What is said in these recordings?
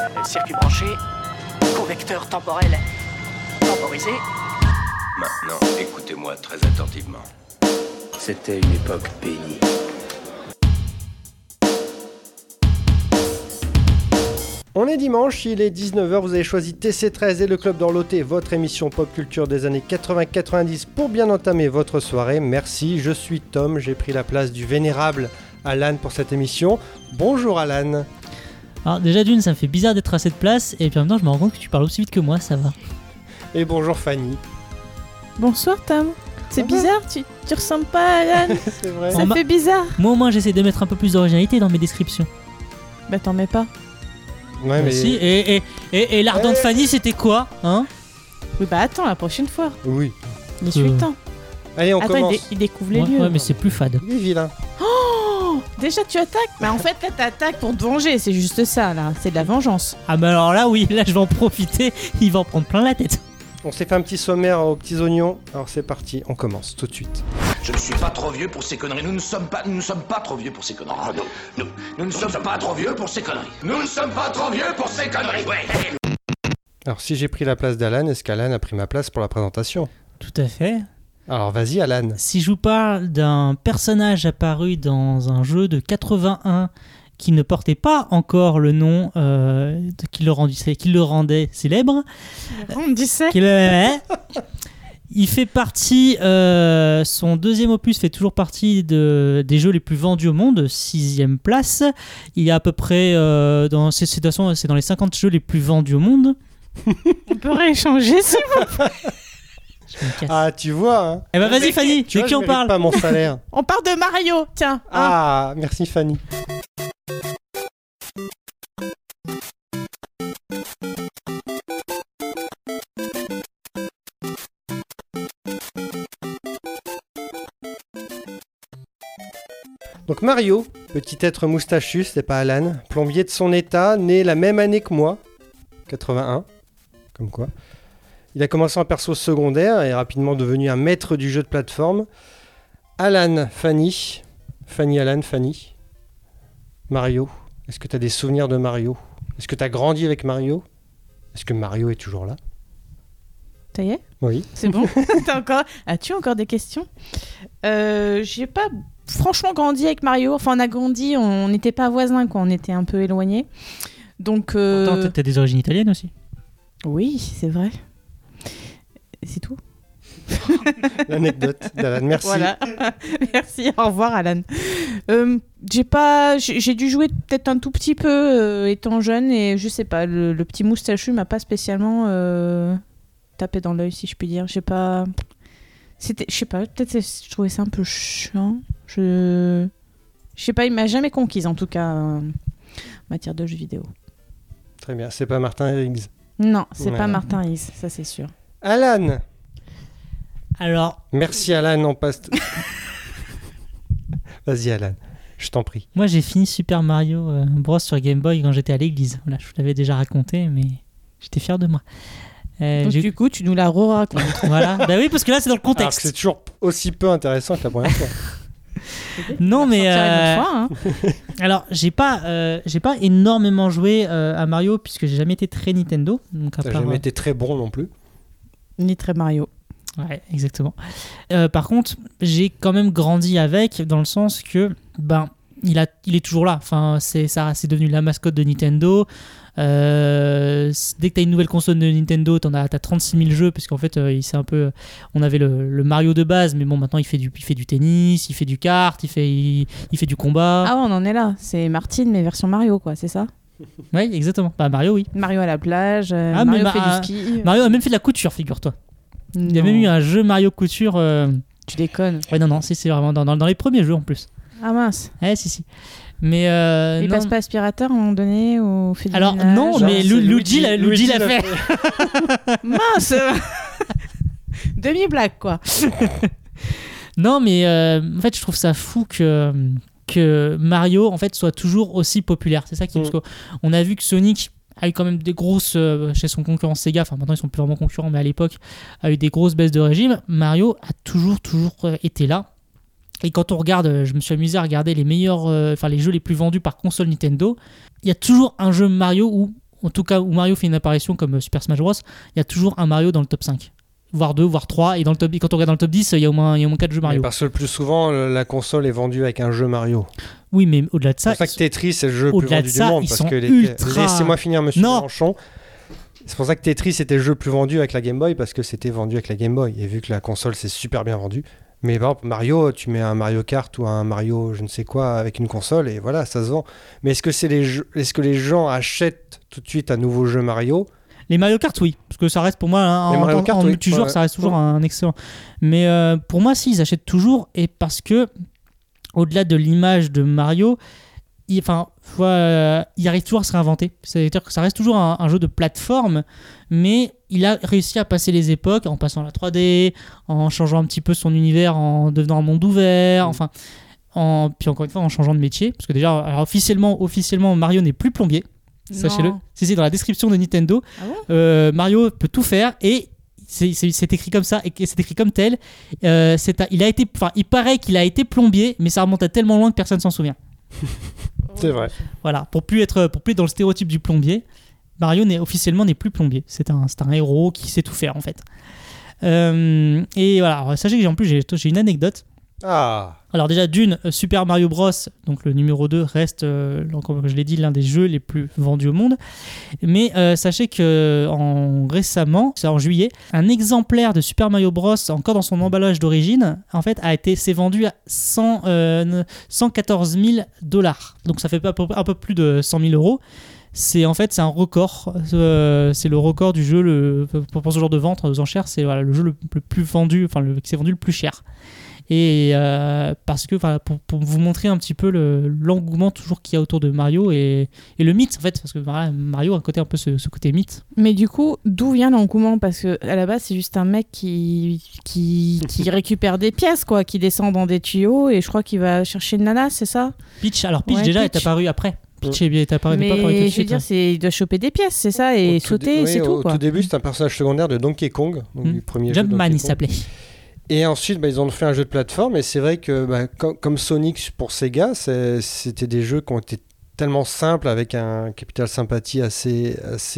Circuit branché, convecteur temporel temporisé. Maintenant, écoutez-moi très attentivement. C'était une époque bénie. On est dimanche, il est 19h, vous avez choisi TC13 et le Club d'Orloté, votre émission pop culture des années 80-90 pour bien entamer votre soirée. Merci, je suis Tom, j'ai pris la place du vénérable Alan pour cette émission. Bonjour Alan. Alors déjà d'une, ça me fait bizarre d'être à cette place, et puis en même temps je me rends compte que tu parles aussi vite que moi, ça va. Et bonjour Fanny. Bonsoir Tom. C'est bizarre, tu ressembles pas à Alan. C'est vrai. Ça fait bizarre. Moi au moins j'essaie de mettre un peu plus d'originalité dans mes descriptions. Bah t'en mets pas. Ouais, mais... Si, et l'ardente Fanny c'était quoi, hein? Oui bah attends, la prochaine fois. Oui. Il est le temps. Allez, on commence. Il découvre les lieux. Ouais, mais c'est plus fade. Il est vilain. Oh, déjà tu attaques. Bah en fait là t'attaques pour te venger, c'est juste ça là. C'est de la vengeance. Ah bah alors là oui, là je vais en profiter, il va en prendre plein la tête. On s'est fait un petit sommaire aux petits oignons. Alors c'est parti, on commence tout de suite. Je ne suis pas trop vieux pour ces conneries. Nous ne sommes pas trop vieux pour ces conneries. Oh, nous ne sommes pas trop vieux pour ces conneries. Nous ne sommes pas trop vieux pour ces conneries. Ouais. Alors si j'ai pris la place d'Alan, est-ce qu'Alan a pris ma place pour la présentation? Tout à fait. Alors vas-y Alan. Si je vous parle d'un personnage apparu dans un jeu de 81 qui ne portait pas encore le nom qui le rendait célèbre. Il fait partie, son deuxième opus fait toujours partie des jeux les plus vendus au monde, 6ème place. Il y a à peu près, c'est dans les 50 jeux les plus vendus au monde. On peut rééchanger s'il vous plaît. Ah tu vois hein. Eh ben vas-y Fanny, tu vois, qui on parle? Pas mon salaire. On parle de Mario, tiens. Ah merci Fanny. Donc Mario, petit être moustachu, c'est pas Alan, plombier de son état, né la même année que moi, 81, comme quoi. Il a commencé en perso secondaire et est rapidement devenu un maître du jeu de plateforme. Alan, Fanny, Alan, Fanny, Mario, est-ce que tu as des souvenirs de Mario? Est-ce que tu as grandi avec Mario? Est-ce que Mario est toujours là? Ça y est? Oui. C'est bon. As-tu encore des questions? J'ai pas franchement grandi avec Mario. Enfin, on a grandi, on n'était pas voisins, quoi. On était un peu éloignés. Donc. Pourtant, t'as des origines italiennes aussi. Oui, c'est vrai. Et c'est tout. L'anecdote d'Alan, merci. Voilà. Merci, au revoir Alan. J'ai dû jouer peut-être un tout petit peu étant jeune et je sais pas, le petit moustachu m'a pas spécialement tapé dans l'œil si je puis dire. Je sais pas, peut-être je trouvais ça un peu chiant. Je sais pas, il m'a jamais conquise en tout cas en matière de jeux vidéo. Très bien, c'est pas Martin Higgs. Non, c'est Ouais. pas Martin Higgs, ça c'est sûr. Alan. Alors, merci Alan, on passe. Vas-y Alan, je t'en prie. moi j'ai fini Super Mario Bros sur Game Boy quand j'étais à l'église. Voilà, je vous l'avais déjà raconté, mais j'étais fier de moi. Donc du coup, tu nous l'as re-raconté. Voilà, bah oui, parce que là c'est dans le Alors que contexte. c'est toujours aussi peu intéressant que la première fois. Non, mais Fois, hein. alors j'ai pas énormément joué à Mario puisque j'ai jamais été très Nintendo. Donc à T'as part, jamais été très bon non plus. Ni très Mario. Ouais, exactement. Par contre, j'ai quand même grandi avec, dans le sens que il est toujours là. Enfin, c'est devenu la mascotte de Nintendo. Dès que t'as une nouvelle console de Nintendo, t'as 36 000 jeux, parce qu'en fait, on avait le Mario de base, mais bon, maintenant il fait du tennis, il fait du kart, il fait du combat. Ah ouais, on en est là. C'est Martine, mais version Mario, quoi, c'est ça? Ouais, exactement. Bah Mario, oui. Mario à la plage, Ah, Mario mais fait du ski. Mario a même fait de la couture, figure-toi. Il y a Non. même eu un jeu Mario couture. Tu déconnes. Ouais, non, c'est vraiment dans les premiers jeux en plus. Ah mince. Ouais, si. Mais Il non. passe pas aspirateur à un moment donné ou fait du Alors ménage? non, Genre, mais c'est Luigi l'a fait. Mince. Demi-blague, quoi. Non, mais en fait, je trouve ça fou que Mario en fait soit toujours aussi populaire. C'est ça qui parce qu'on a vu que Sonic a eu quand même des grosses chez son concurrent Sega. Enfin, maintenant ils sont plus vraiment concurrents, mais à l'époque a eu des grosses baisses de régime. Mario a toujours été là. Et quand on regarde, je me suis amusé à regarder les meilleurs, les jeux les plus vendus par console Nintendo. Il y a toujours un jeu Mario où en tout cas où Mario fait une apparition comme Super Smash Bros, il y a toujours un Mario dans le top 5. Voire 2, voire 3, et quand on regarde dans le top 10, il y a au moins 4 jeux Mario. Mais parce que le plus souvent, la console est vendue avec un jeu Mario. Oui, mais au-delà de ça... C'est pour ça que Tetris est le jeu le plus vendu du monde. Parce que Laissez-moi finir, monsieur Mélenchon. C'est pour ça que Tetris était le jeu le plus vendu avec la Game Boy, parce que c'était vendu avec la Game Boy. Et vu que la console s'est super bien vendue. Mais par exemple, Mario, tu mets un Mario Kart ou un Mario je ne sais quoi avec une console, et voilà, ça se vend. Mais est-ce que les gens achètent tout de suite un nouveau jeu Mario ? Les Mario Kart, oui, parce que ça reste pour moi en multijoueur, ça reste toujours un excellent. Mais pour moi, si, ils achètent toujours, et parce que au-delà de l'image de Mario, il arrive toujours à se réinventer. C'est-à-dire que ça reste toujours un jeu de plateforme, mais il a réussi à passer les époques en passant à la 3D, en changeant un petit peu son univers, en devenant un monde ouvert, puis encore une fois en changeant de métier, parce que déjà, alors, officiellement, Mario n'est plus plombier. Sachez-le, c'est dans la description de Nintendo. Ah bon Mario peut tout faire et c'est écrit comme ça et c'est écrit comme tel. Il paraît qu'il a été plombier, mais ça remonte à tellement loin que personne s'en souvient. C'est vrai. Voilà, pour plus être dans le stéréotype du plombier, Mario officiellement n'est plus plombier. C'est un héros qui sait tout faire en fait. Et voilà, alors, sachez que en plus j'ai une anecdote. Ah. Alors déjà Super Mario Bros, donc le numéro 2 reste, comme je l'ai dit, l'un des jeux les plus vendus au monde. Mais sachez que récemment, c'est en juillet, un exemplaire de Super Mario Bros, encore dans son emballage d'origine, en fait, s'est vendu à 114 000 $. Donc ça fait un peu plus de 100 000 €. C'est un record. C'est le record du jeu pour ce genre de vente aux enchères. C'est le jeu le plus vendu, qui s'est vendu le plus cher. Et parce que pour vous montrer un petit peu l'engouement toujours qu'il y a autour de Mario et le mythe en fait, parce que Mario a un côté un peu ce côté mythe. Mais du coup, d'où vient l'engouement ? Parce que à la base, c'est juste un mec qui récupère des pièces, quoi, qui descend dans des tuyaux et je crois qu'il va chercher une nana, c'est ça ? Peach est apparu après. Peach est apparu. Mais je veux dire, il doit choper des pièces, c'est ça, et sauter, c'est tout, quoi. Au tout début, c'est un personnage secondaire de Donkey Kong, donc du premier jeu. Jumpman, il s'appelait. Et ensuite, ils ont fait un jeu de plateforme, et c'est vrai que comme Sonic pour Sega, c'était des jeux qui ont été tellement simples, avec un capital sympathie assez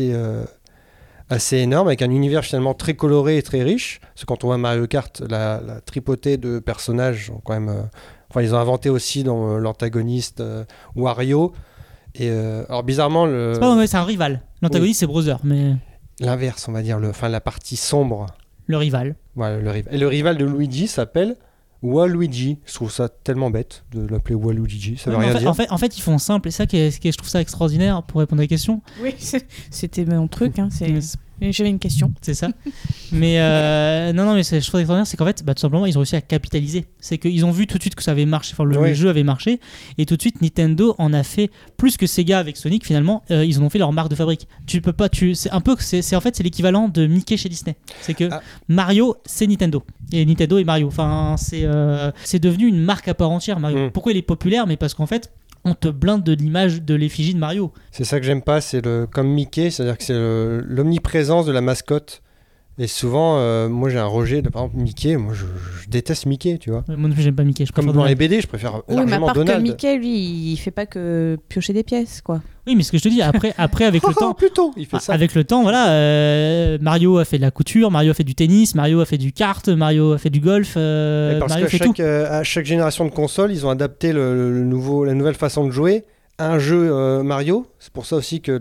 énorme, avec un univers finalement très coloré et très riche. Parce que quand on voit Mario Kart, la tripotée de personnages, quand même, ils ont inventé aussi dans l'antagoniste Wario. Et alors bizarrement, c'est un rival. L'antagoniste, c'est Bowser, mais l'inverse, on va dire, la partie sombre. Le rival. Voilà, le rival. Et le rival de Luigi s'appelle Waluigi. Je trouve ça tellement bête de l'appeler Waluigi. Ça veut rien dire. En fait, ils font simple. Et ça, je trouve ça extraordinaire pour répondre à la question. Oui, c'était mon truc. J'avais une question. C'est ça. Mais non, mais je trouve extraordinaire, c'est qu'en fait, tout simplement, ils ont réussi à capitaliser. C'est qu'ils ont vu tout de suite que ça avait marché. Le jeu avait marché. Et tout de suite, Nintendo en a fait plus que Sega avec Sonic. Finalement, ils en ont fait leur marque de fabrique. Tu peux pas. C'est l'équivalent de Mickey chez Disney. C'est que Mario, c'est Nintendo. Et Nintendo et Mario. Enfin, c'est devenu une marque à part entière, Mario. Pourquoi il est populaire ? Mais parce qu'en fait, on te blinde de l'image de l'effigie de Mario. C'est ça que j'aime pas, c'est comme Mickey, c'est-à-dire que c'est l'omniprésence de la mascotte. Et souvent, moi j'ai un rejet de, par exemple, Mickey. Moi je déteste Mickey, tu vois. Moi non plus, j'aime pas Mickey. Comme dans les BD, je préfère largement Donald. Que Mickey, lui, il fait pas que piocher des pièces, quoi. Oui, mais ce que je te dis, après avec le temps. Plutôt, il fait ça. Avec le temps, voilà, Mario a fait de la couture, Mario a fait du tennis, Mario a fait du kart, Mario a fait du golf. Mario fait tout. À chaque génération de consoles, ils ont adapté la nouvelle façon de jouer à un jeu Mario. C'est pour ça aussi que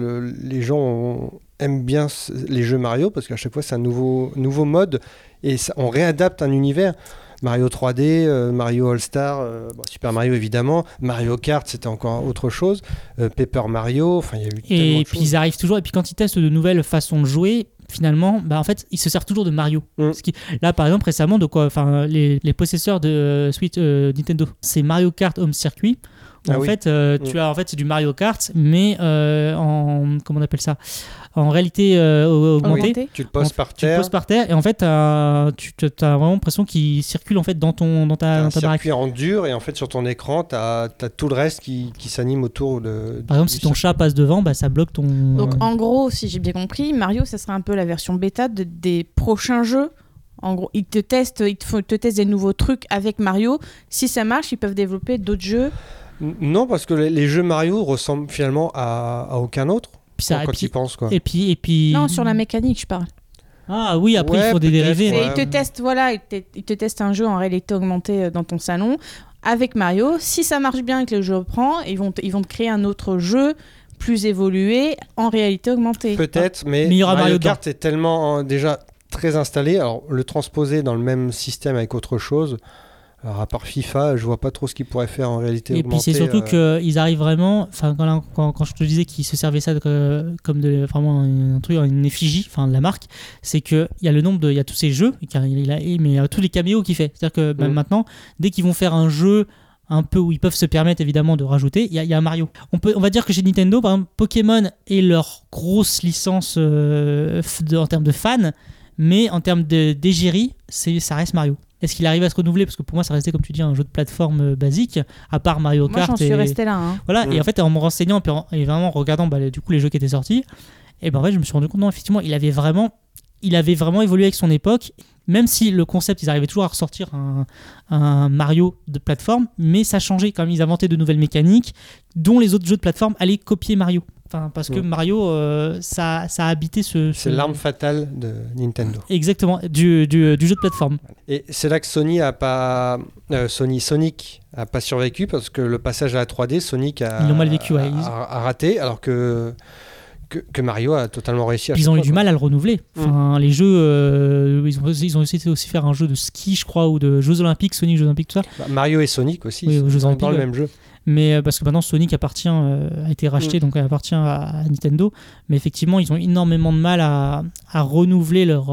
les gens aiment bien les jeux Mario, parce qu'à chaque fois c'est un nouveau mode et on réadapte un univers. Mario 3D, Mario All-Star, Super Mario évidemment, Mario Kart c'était encore autre chose, Paper Mario, il y a eu tellement de choses. Puis ils arrivent toujours, et puis quand ils testent de nouvelles façons de jouer, finalement, en fait, ils se servent toujours de Mario. Là, par exemple, récemment, les possesseurs de Switch Nintendo, c'est Mario Kart Home Circuit. Tu as c'est du Mario Kart, mais comment on appelle ça, en réalité augmentée. Tu le poses par terre. Tu le poses par terre et en fait tu as vraiment l'impression qu'il circule en fait dans ta baraque. Circuit en dur et en fait sur ton écran tu as tout le reste qui s'anime autour de. Par exemple, si ton chat passe devant, ça bloque ton. Donc en gros, si j'ai bien compris, Mario, ça serait un peu la version bêta des prochains jeux. En gros, ils te testent des nouveaux trucs avec Mario. Si ça marche, ils peuvent développer d'autres jeux. Non, parce que les jeux Mario ressemblent finalement à aucun autre. puis ça, quand ils pensent, quoi. et puis Non, sur la mécanique, je parle. Ah oui, après Ouais, il faut des peut-être, dérivés. ouais. Ils te testent, voilà, ils te testent un jeu en réalité augmentée dans ton salon avec Mario. Si ça marche bien et que le jeu reprend, ils vont te créer un autre jeu plus évolué en réalité augmentée. Peut-être, mais il y aura Mario Kart est tellement déjà très installé. Alors, le transposer dans le même système avec autre chose, alors à part FIFA, je vois pas trop ce qu'ils pourraient faire en réalité Et puis augmentée. c'est surtout qu'ils arrivent vraiment, enfin quand je te disais qu'ils se servaient ça comme vraiment un truc, une effigie, enfin de la marque, c'est que il y a le nombre il y a tous ces jeux, mais il y a tous les caméos qu'il fait. C'est-à-dire que maintenant, dès qu'ils vont faire un jeu un peu où ils peuvent se permettre évidemment de rajouter, il y a un Mario. On va dire que chez Nintendo, par exemple, Pokémon est leur grosse licence en termes de fans, mais en termes d'égérie, ça reste Mario. Est-ce qu'il arrive à se renouveler? Parce que pour moi, ça restait, comme tu dis, un jeu de plateforme basique, à part Mario Kart. Moi, j'en suis resté là. Hein. Voilà, et en fait, en me renseignant et vraiment en regardant du coup les jeux qui étaient sortis, et ben en fait, je me suis rendu compte, non, effectivement, il avait vraiment évolué avec son époque, même si le concept, ils arrivaient toujours à ressortir un Mario de plateforme, mais ça changeait quand même. Ils inventaient de nouvelles mécaniques, dont les autres jeux de plateforme allaient copier Mario. Enfin, parce que Mario, ça a habité C'est l'arme fatale de Nintendo. Exactement, du jeu de plateforme. Et c'est là que Sonic a pas survécu, parce que le passage à la 3D, Sonic ils l'ont mal vécu, ouais. a raté, alors que Mario a totalement réussi à Ils ont eu du mal à le renouveler. Enfin, les jeux, ils ont essayé aussi faire un jeu de ski, je crois, ou de Jeux Olympiques, Sonic Jeux Olympiques, tout ça. Mario et Sonic aussi, oui, ils sont dans le même jeu. Mais parce que maintenant Sonic a été racheté, donc elle appartient à Nintendo. Mais effectivement, ils ont énormément de mal à renouveler le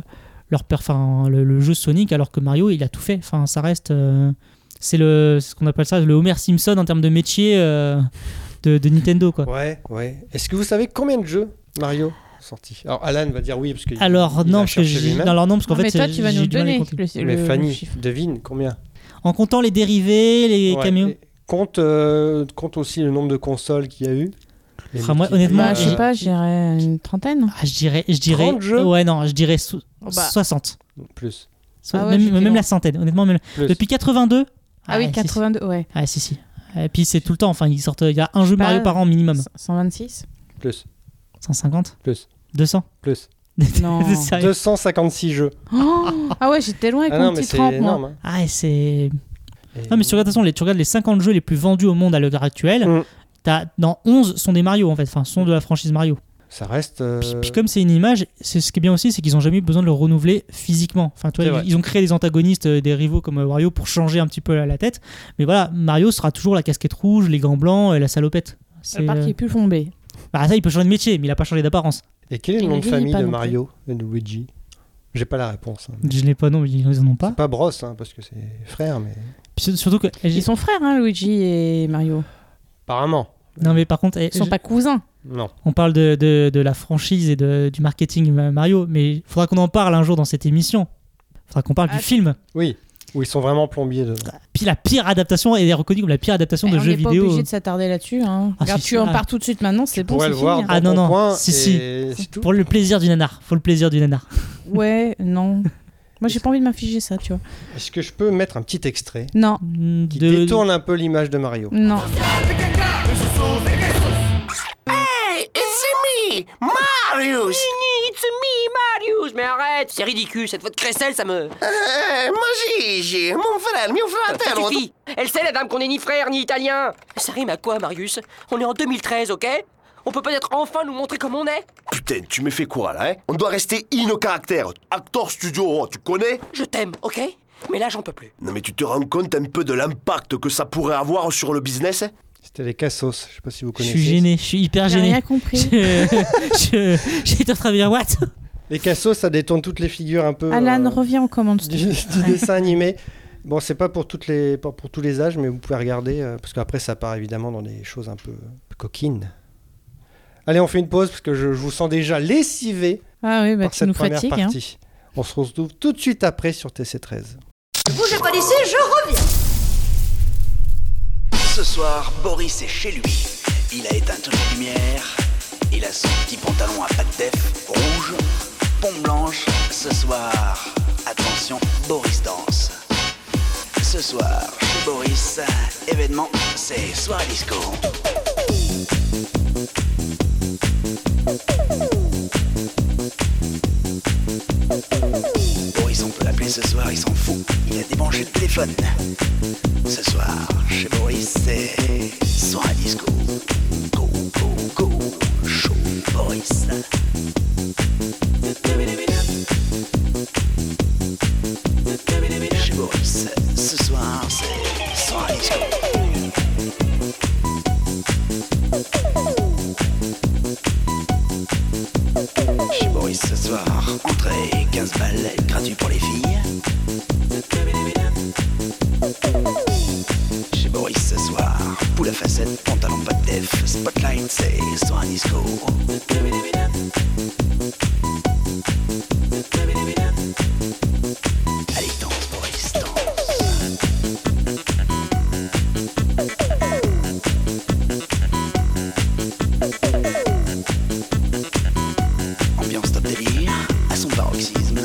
jeu Sonic, alors que Mario, il a tout fait. Enfin, ça reste, c'est ce qu'on appelle ça le Homer Simpson en termes de métier de Nintendo, quoi. Ouais. Est-ce que vous savez combien de jeux Mario sortis? Alors Alan va dire oui parce que non, parce qu'en fait, mais toi, tu vas nous donner. Mais Fanny, devine combien? En comptant les dérivés, les caméos. Compte aussi le nombre de consoles qu'il y a eu. Moi, honnêtement, je sais pas, je dirais une trentaine. Je dirais 30 jeux. Ouais, non, je dirais 60. Plus. Même la centaine, honnêtement. Depuis 82. Ah oui, 82, ouais. Ah si. Et puis c'est tout le temps, enfin ils sortent, il y a un jeu Mario par an minimum. 126 plus. 150 plus. 200 plus. Non. 256 jeux. Ah ouais, j'étais loin avec mon petit 30, moi. Énorme, hein. Ah, c'est... Non, mais tu regardes les 50 jeux les plus vendus au monde à l'heure actuelle, dans 11 sont des Mario en fait, enfin sont de la franchise Mario. Ça reste. Puis comme c'est une image, c'est ce qui est bien aussi, c'est qu'ils n'ont jamais eu besoin de le renouveler physiquement. Enfin, tu vois, ils ont créé des antagonistes, des rivaux comme Wario pour changer un petit peu la tête. Mais voilà, Mario sera toujours la casquette rouge, les gants blancs et la salopette. À part qu'il est plus plombé. Bah ça, il peut changer de métier, mais il n'a pas changé d'apparence. Et quel est le nom de famille de Mario et de Luigi? J'ai pas la réponse. Je l'ai pas, non, ils en ont pas. C'est pas Bros, parce que c'est frère, mais. Puis surtout que ils sont frères, Luigi et Mario. Apparemment. Non, mais par contre, ils sont pas cousins. Non. On parle de la franchise et du marketing Mario, mais il faudra qu'on en parle un jour dans cette émission. Il faudra qu'on parle du film. Oui, où ils sont vraiment plombiers dedans. Puis la pire adaptation, elle est reconnue comme la pire adaptation de jeu vidéo. On n'est pas obligé de s'attarder là-dessus. Regarde, tu en pars tout de suite maintenant, c'est bon, c'est fini. Ah non, si. Pour le plaisir du nanar. Faut le plaisir du nanar. Ouais, non. Moi, j'ai pas envie de m'infliger ça, tu vois. Est-ce que je peux mettre un petit extrait Non. Qui détourne un peu l'image de Mario? Non. Hey, it's me, Marius! It's me, Marius! Mais arrête, c'est ridicule, cette voix de crécelle, ça me... Moi, mon frère, Ça suffit. Elle sait, la dame, qu'on n'est ni frère, ni italien. Ça rime à quoi, Marius? On est en 2013, ok? On peut peut-être enfin nous montrer comme on est? Putain, tu me fais quoi, là, hein? On doit rester in au caractère. Actor studio, tu connais? Je t'aime, ok? Mais là, j'en peux plus. Non, mais tu te rends compte un peu de l'impact que ça pourrait avoir sur le business, hein? C'était les Cassos, je sais pas si vous connaissez. Je suis gêné, je suis hyper gêné. J'ai rien compris. J'ai été en train de dire what? Les Cassos, ça détourne toutes les figures un peu... Alan, reviens en commande. Du dessin animé. Bon, c'est pas pour tous les âges, mais vous pouvez regarder, parce qu'après, ça part évidemment dans des choses un peu coquines. Allez, on fait une pause, parce que je vous sens déjà lessivé par cette première partie. On se retrouve tout de suite après sur TC13. Ne bougez pas d'ici, je reviens. Ce soir, Boris est chez lui. Il a éteint toutes les lumières. Il a son petit pantalon à pattes def rouge, pompe blanche. Ce soir, attention, Boris danse. Ce soir, chez Boris, événement, c'est soirée disco. fun. Ce soir, chez Boris, c'est soirée disco. Go, go, go, show Boris. Chez Boris, ce soir, c'est soirée disco. Chez Boris ce soir, entrée 15 balles, gratuit pour les filles. Chez Boris ce soir, poule à facettes, pantalon pas de def, spotlight c'est soir disco. Allez danse Boris, danse. Ambiance top délire, à son paroxysme.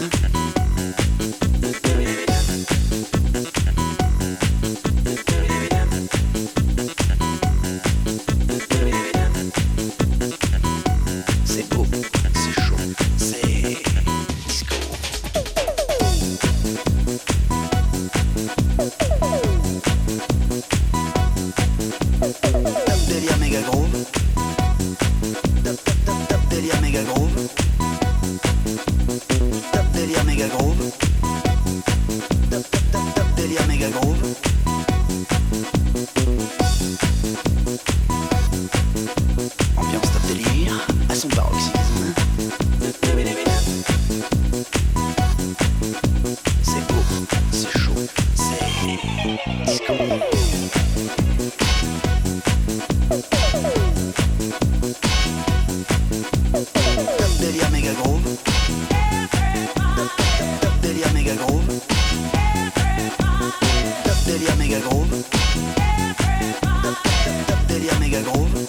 C'est beau, c'est chaud, c'est disco. Top délire méga groove. Top délire méga groove. Top délire méga groove. Top délire méga groove. Ambiance top délire à son paroxysme. C'est beau, c'est chaud, c'est disco. Top délire méga groove. Top délire méga groove. Top délire méga groove. Top délire méga groove.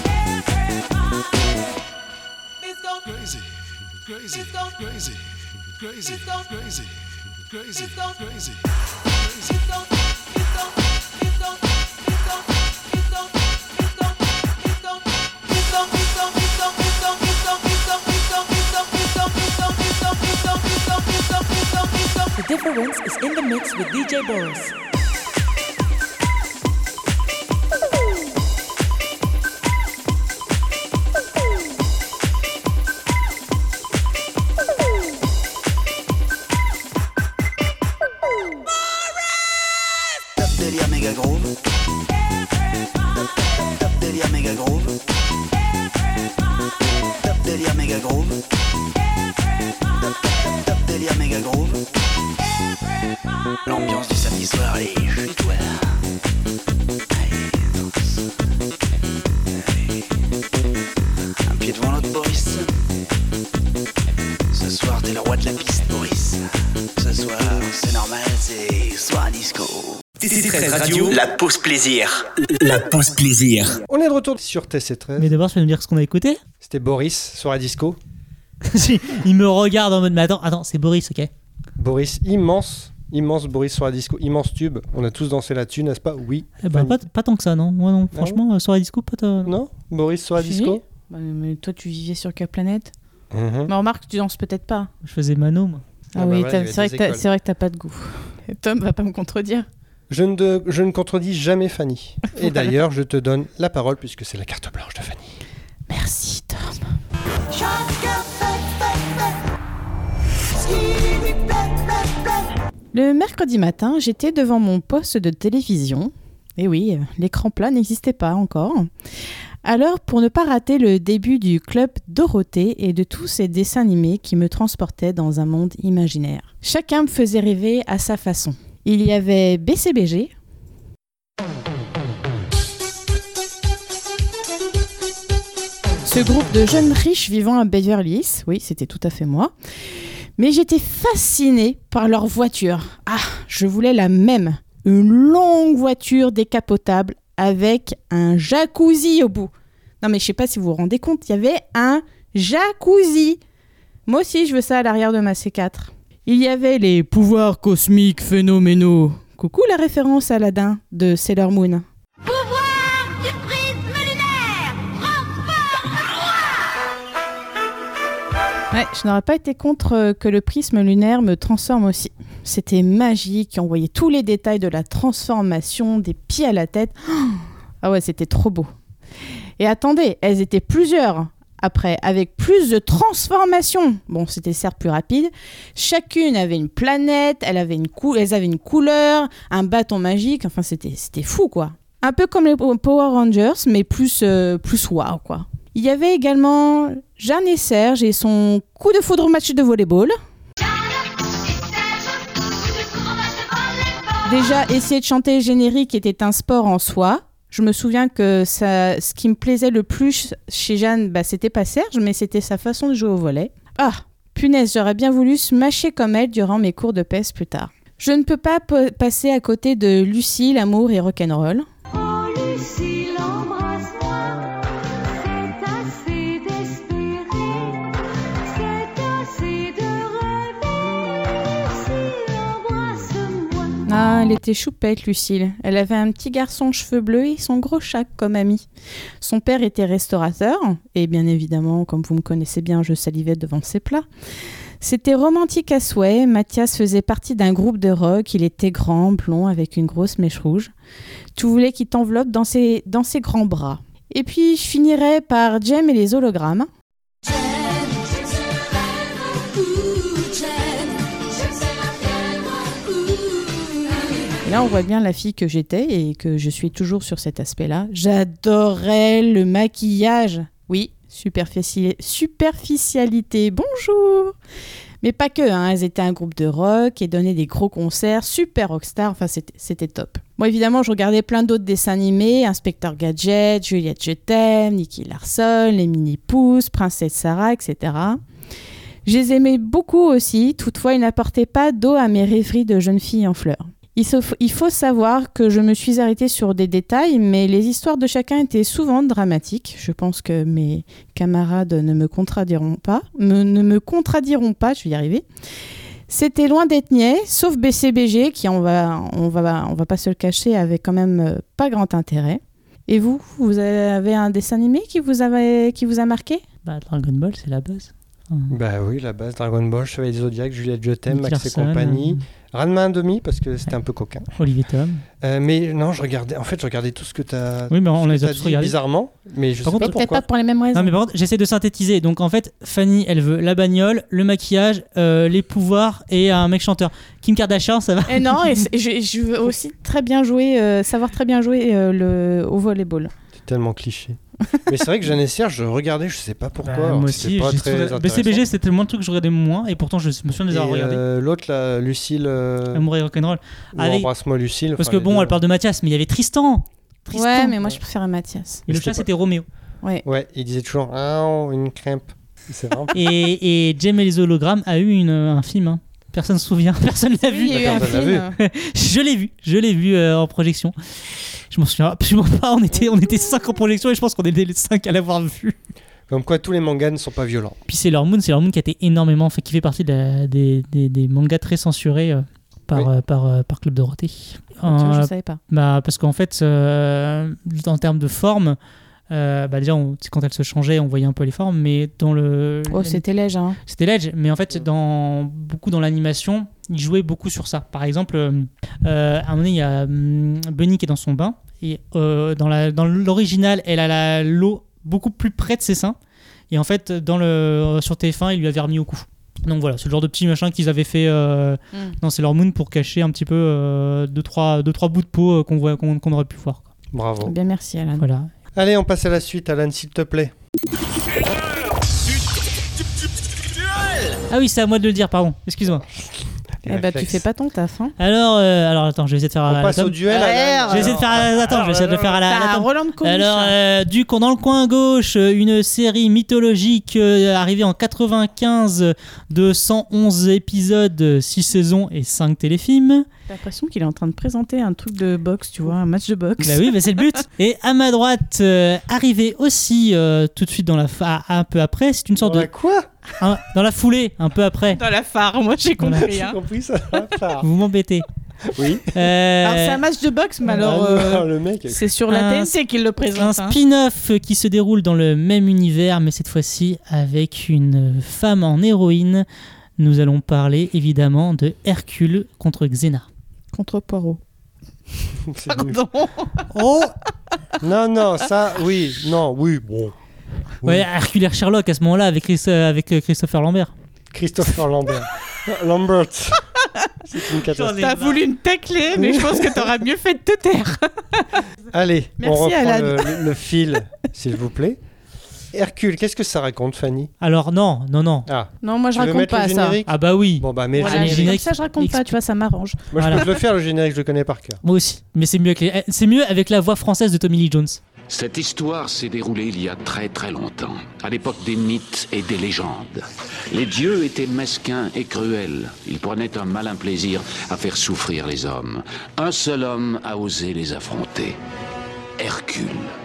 Crazy, crazy, crazy, crazy, crazy, crazy, crazy. The difference is in the mix with DJ Boris. Top délire méga groove. Top délire méga groove. Top délire méga groove. Top délire méga groove. L'ambiance du samedi soir est chez toi. Allez, danse. Allez. Un pied devant l'autre, Boris. Ce soir, t'es le roi de la piste, Boris. Ce soir, c'est normal, c'est soir disco. TC13 Radio, la pause plaisir. La pause plaisir. On est de retour sur TC13. Mais d'abord, tu vas nous dire ce qu'on a écouté. C'était Boris sur la disco. Il me regarde en mode, mais attends, c'est Boris, ok. Boris, immense Boris sur la disco, immense tube. On a tous dansé là-dessus, n'est-ce pas? Oui. Eh ben, pas tant que ça, non. Moi, non. Franchement, sur la disco, pas tant. Non, Boris sur la disco. Bah, mais toi, tu vivais sur quelle planète? Mais remarque, tu danses peut-être pas. Je faisais Mano, moi. Ah oui, voilà, c'est vrai que t'as pas de goût. Et Tom va pas me contredire. Je ne contredis jamais Fanny. Et d'ailleurs, je te donne la parole puisque c'est la carte blanche de Fanny. Merci, Tom. Le mercredi matin, j'étais devant mon poste de télévision. Et oui, l'écran plat n'existait pas encore. Alors, pour ne pas rater le début du Club Dorothée et de tous ces dessins animés qui me transportaient dans un monde imaginaire. Chacun me faisait rêver à sa façon. Il y avait BCBG. Ce groupe de jeunes riches vivant à Beverly Hills, oui, c'était tout à fait moi. Mais j'étais fascinée par leur voiture. Ah, je voulais la même. Une longue voiture décapotable avec un jacuzzi au bout. Non mais je sais pas si vous vous rendez compte, il y avait un jacuzzi. Moi aussi, je veux ça à l'arrière de ma C4. Il y avait les pouvoirs cosmiques phénoménaux. Coucou la référence à Aladdin de Sailor Moon. Pouvoir du prisme lunaire, Ouais, je n'aurais pas été contre que le prisme lunaire me transforme aussi. C'était magique. On voyait tous les détails de la transformation, des pieds à la tête. Ah ouais, c'était trop beau. Et attendez, elles étaient plusieurs après, avec plus de transformations. Bon, c'était certes plus rapide. Chacune avait une planète, elles avaient une couleur, un bâton magique. Enfin, c'était fou, quoi. Un peu comme les Power Rangers, mais plus waouh, quoi. Il y avait également Jeanne et Serge et son coup de foudre match de volleyball. Déjà, essayer de chanter le générique était un sport en soi. Je me souviens que ce qui me plaisait le plus chez Jeanne, c'était pas Serge, mais c'était sa façon de jouer au volley. Ah, punaise, j'aurais bien voulu smasher comme elle durant mes cours de PES plus tard. Je ne peux pas passer à côté de Lucie, l'amour et rock'n'roll. Oh Lucie, embrasse-moi, c'est assez d'espérer, c'est assez de rêver, Lucie, embrasse-moi. Ah, elle était choupette, Lucille. Elle avait un petit garçon aux cheveux bleus et son gros chat comme ami. Son père était restaurateur, et bien évidemment, comme vous me connaissez bien, je salivais devant ses plats. C'était romantique à souhait. Mathias faisait partie d'un groupe de rock. Il était grand, blond, avec une grosse mèche rouge. Tu voulais qu'il t'enveloppe dans ses grands bras. Et puis, je finirais par Jem et les hologrammes. Et là, on voit bien la fille que j'étais et que je suis toujours sur cet aspect-là. J'adorais le maquillage. Oui, superficialité, bonjour. Mais pas que, elles étaient un groupe de rock et donnaient des gros concerts, super rockstar, enfin c'était top. Bon, évidemment, je regardais plein d'autres dessins animés, Inspecteur Gadget, Juliette Je t'aime, Nicky Larson, les Mini-Pousses, Princesse Sarah, etc. Je les aimais beaucoup aussi, toutefois ils n'apportaient pas d'eau à mes rêveries de jeune fille en fleurs. Il faut savoir que je me suis arrêtée sur des détails, mais les histoires de chacun étaient souvent dramatiques. Je pense que mes camarades ne me contrediront pas, je vais y arriver. C'était loin d'être niais, sauf BCBG, qui, on va pas se le cacher, avait quand même pas grand intérêt. Et vous avez un dessin animé qui vous a marqué ? Dragon Ball, c'est la base. Bah oui, la base, Dragon Ball, Chevalier des Zodiacs, Juliette Je t'aime, Max et compagnie. Ranma 1,5 parce que c'était un peu coquin. Olivier Tom. Mais non, je regardais tout ce que tu as. Oui, mais on les a tous regardés. Bizarrement, mais je sais pas pourquoi. Peut-être pas pour les mêmes raisons. Non, mais par contre, j'essaie de synthétiser. Donc en fait, Fanny, elle veut la bagnole, le maquillage, les pouvoirs et un mec chanteur. Kim Kardashian, ça va. Et non, je veux aussi savoir très bien jouer au volleyball. C'est tellement cliché. Mais c'est vrai que Jeanne et Serge, je regardais, je sais pas pourquoi. Moi aussi, pas très BCBG, c'était le moins de trucs que je regardais moins, et pourtant je me souviens de les avoir regardés. L'autre, là, Lucille. Amour et rock'n'roll. Embrasse-moi, Lucille. Parce que bon, elle parle de Mathias, mais il y avait Tristan. Ouais, mais moi je préférais Mathias. Et le chat, c'était Roméo. Ouais, il disait toujours une crêpe. C'est vrai. Et Jem et les hologrammes a eu un film. Personne ne se souvient, personne ne l'a vu. Il y a eu un film. Je l'ai vu en projection. Je m'en souviens absolument pas. On était 5 en projection et je pense qu'on était les 5 à l'avoir vu. Comme quoi, tous les mangas ne sont pas violents. Puis Sailor Moon qui a été énormément, qui fait partie des mangas très censurés par Club Dorothée. Je savais pas. Parce qu'en fait, en termes de forme, déjà, quand elle se changeait, on voyait un peu les formes, mais dans le. Oh, c'était léger. Hein. C'était léger, mais en fait, beaucoup dans l'animation, ils jouaient beaucoup sur ça. Par exemple, à un moment donné, il y a Bunny qui est dans son bain, et dans l'original, elle a l'eau beaucoup plus près de ses seins, et en fait, sur TF1, il lui avait remis au cou. Donc voilà, c'est le genre de petit machin qu'ils avaient fait dans Sailor Moon pour cacher un petit peu 2-3 bouts de peau qu'on aurait pu voir. Quoi. Bravo. Bien, merci Alan. Voilà. Allez, on passe à la suite, Alan, s'il te plaît. Ah oui, c'est à moi de le dire, pardon. Excuse-moi. Tu fais pas ton taf, hein. Alors attends, je vais essayer de faire on passe au duel. Je vais essayer de faire à la Roland de Coluche. Alors, dans le coin gauche, une série mythologique arrivée en 95 de 111 épisodes, 6 saisons et 5 téléfilms. J'ai l'impression qu'il est en train de présenter un truc de boxe, tu vois, un match de boxe. Bah oui, c'est le but. Et à ma droite, arrivé aussi tout de suite un peu après, c'est une sorte de... Quoi ? Dans la foulée, un peu après. Dans la phare, moi j'ai compris. J'ai compris ça, dans la phare. Vous m'embêtez. Oui. Alors c'est un match de boxe, mais alors le mec, c'est sur la TNT qu'il le présente. Un spin-off qui se déroule dans le même univers, mais cette fois-ci avec une femme en héroïne Nous allons parler évidemment de Hercule contre Xena. Contre Poirot. C'est nul. Pardon. Oh non, ça, oui, non, oui, bon. Oui. Ouais, Hercule et Sherlock à ce moment-là avec Christopher Lambert. Christopher Lambert. Lambert. C'est une catastrophe. T'as voulu me tacler, mais je pense que t'auras mieux fait de te taire. Allez, Merci, on reprend Alan. le fil, s'il vous plaît. Hercule, qu'est-ce que ça raconte, Fanny? Alors non. Ah, Non, moi je tu veux raconte mettre pas le ça. générique? Ah bah oui. Bon, bah, mais Voilà, le comme générique. ça je raconte pas, tu vois, ça m'arrange. Moi, Voilà. je peux te le faire, le générique, je le connais par cœur. Moi aussi. Mais c'est mieux, c'est mieux avec la voix française de Tommy Lee Jones. Cette histoire s'est déroulée il y a très très longtemps, à l'époque des mythes et des légendes. Les dieux étaient mesquins et cruels. Ils prenaient un malin plaisir à faire souffrir les hommes. Un seul homme a osé les affronter. Hercule.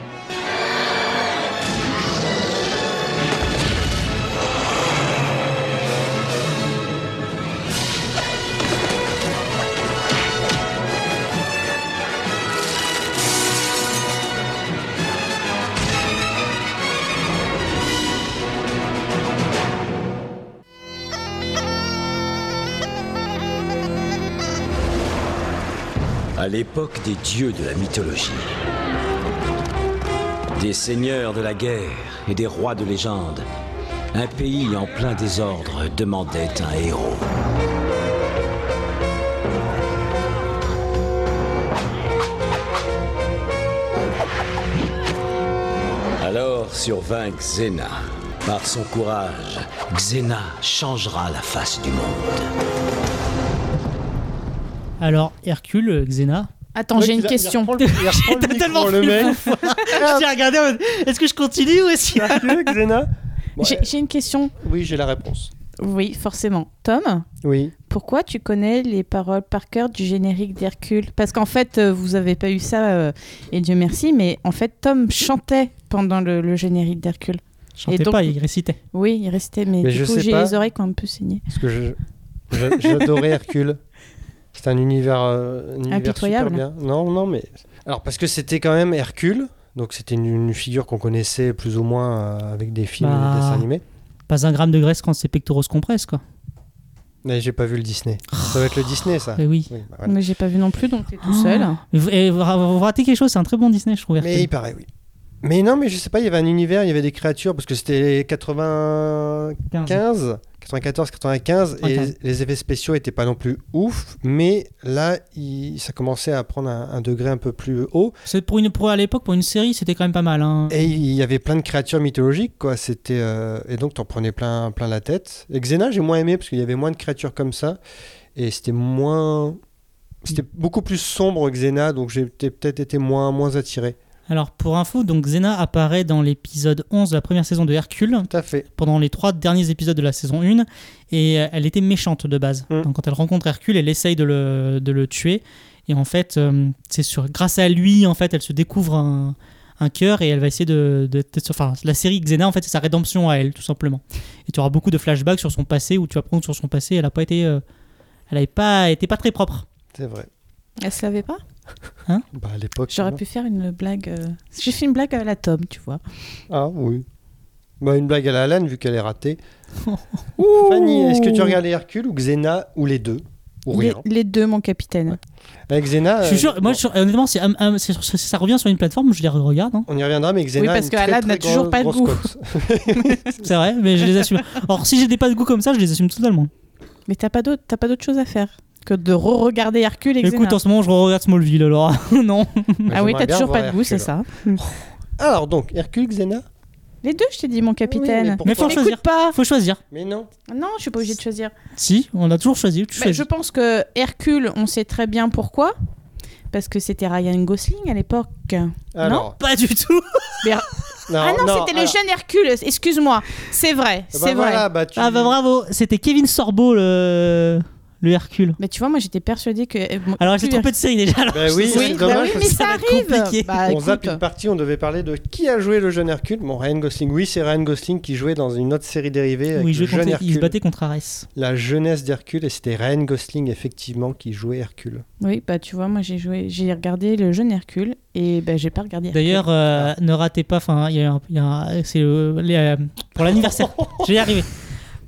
À l'époque des dieux de la mythologie, des seigneurs de la guerre et des rois de légende, un pays en plein désordre demandait un héros. Alors survint Xena. Par son courage, Xena changera la face du monde. Alors Hercule, Xena. Attends, j'ai une question. J'ai totalement le mec. J'ai regardé. Est-ce que je continue ou est-ce que Hercule, Xena? J'ai une question. Oui, j'ai la réponse. Oui, forcément. Tom, Oui. pourquoi tu connais les paroles par cœur du générique d'Hercule? Parce qu'en fait, vous avez pas eu ça, et Dieu merci, mais en fait, Tom chantait pendant le générique d'Hercule. Chantait pas, il récitait. Oui, il récitait, mais je du coup, sais j'ai pas. les oreilles qui ont un peu saigné. Parce que j'adorais Hercule. C'est un univers super Impitoyable. bien. Non, mais... Alors, parce que c'était quand même Hercule, donc c'était une figure qu'on connaissait plus ou moins avec des films et des dessins animés. Pas un gramme de graisse quand ses pectoraux se compressent, quoi. Mais j'ai pas vu le Disney. Ça va être le Disney, ça. Mais oui. bah voilà. Mais j'ai pas vu non plus, donc t'es tout seul. Vous ratez quelque chose, c'est un très bon Disney, je trouve. Mais il paraît, oui. Mais non, mais je sais pas, il y avait un univers, il y avait des créatures, parce que c'était 94, 95, et les effets spéciaux étaient pas non plus ouf, mais là, ça commençait à prendre un degré un peu plus haut. C'est pour à l'époque, pour une série, c'était quand même pas mal. Hein. Et il y avait plein de créatures mythologiques, quoi. C'était et donc t'en prenais plein la tête. Et Xena, j'ai moins aimé parce qu'il y avait moins de créatures comme ça, et c'était beaucoup plus sombre Xena, donc j'ai peut-être été moins attiré. Alors pour info, donc Xena apparaît dans l'épisode 11 de la première saison de Hercule. Tout à fait. Pendant les 3 derniers épisodes de la saison 1, et elle était méchante de base. Donc quand elle rencontre Hercule, elle essaye de le tuer, et en fait, grâce à lui, en fait, elle se découvre un cœur, et elle va essayer enfin, la série Xena, en fait, c'est sa rédemption à elle, tout simplement. Et tu auras beaucoup de flashbacks sur son passé, où tu apprends que sur son passé, elle n'avait pas été pas très propre. C'est vrai. Elle se lavait pas? Hein? Bah à l'époque. J'aurais pu faire une blague. J'ai fait une blague à la Tom, tu vois. Ah oui. Bah une blague à la Alan vu qu'elle est ratée. Fanny, est-ce que tu regardais Hercule ou Xena ou les deux ou rien? Les deux, mon capitaine. Ouais. Avec Xena. Je suis sûr, moi, honnêtement, si ça revient sur une plateforme, je les regarde. Hein. On y reviendra, mais Xena. Oui, parce qu'Alan n'a toujours pas de goût. C'est vrai, mais je les assume. Or, si j'ai des pas de goût comme ça, je les assume totalement. Mais t'as pas d'autre chose à faire que de re-regarder Hercule et Xena. Écoute, en ce moment, je regarde Smallville, alors non. Ah oui, t'as toujours pas de goût, c'est ça. Alors donc, Hercule, Xena? Les deux, je t'ai dit, mon capitaine. Oui, mais faut choisir. Faut choisir. Mais non. Non, je suis pas obligée de choisir. Si, on a toujours choisi. Je pense que Hercule, on sait très bien pourquoi. Parce que c'était Ryan Gosling à l'époque. Alors, non, pas du tout. Mais... c'était le jeune Hercule. Excuse-moi. C'est vrai. C'est vrai. Voilà, Ah bah bravo. C'était Kevin Sorbo le Hercule. Mais tu vois, moi j'étais persuadée que. Alors, elle s'est trompée de série déjà. Alors, oui, c'est dommage. mais ça arrive. On zappe une partie, on devait parler de qui a joué le jeune Hercule. Bon, Ryan Gosling, oui, c'est Ryan Gosling qui jouait dans une autre série dérivée. Avec le jeune Hercule. Il se battait contre Arès. La jeunesse d'Hercule, et c'était Ryan Gosling, effectivement, qui jouait Hercule. Oui, bah tu vois, moi j'ai regardé le jeune Hercule et bah, j'ai pas regardé Hercule. D'ailleurs, ne ratez pas, c'est pour l'anniversaire. Je vais y arriver.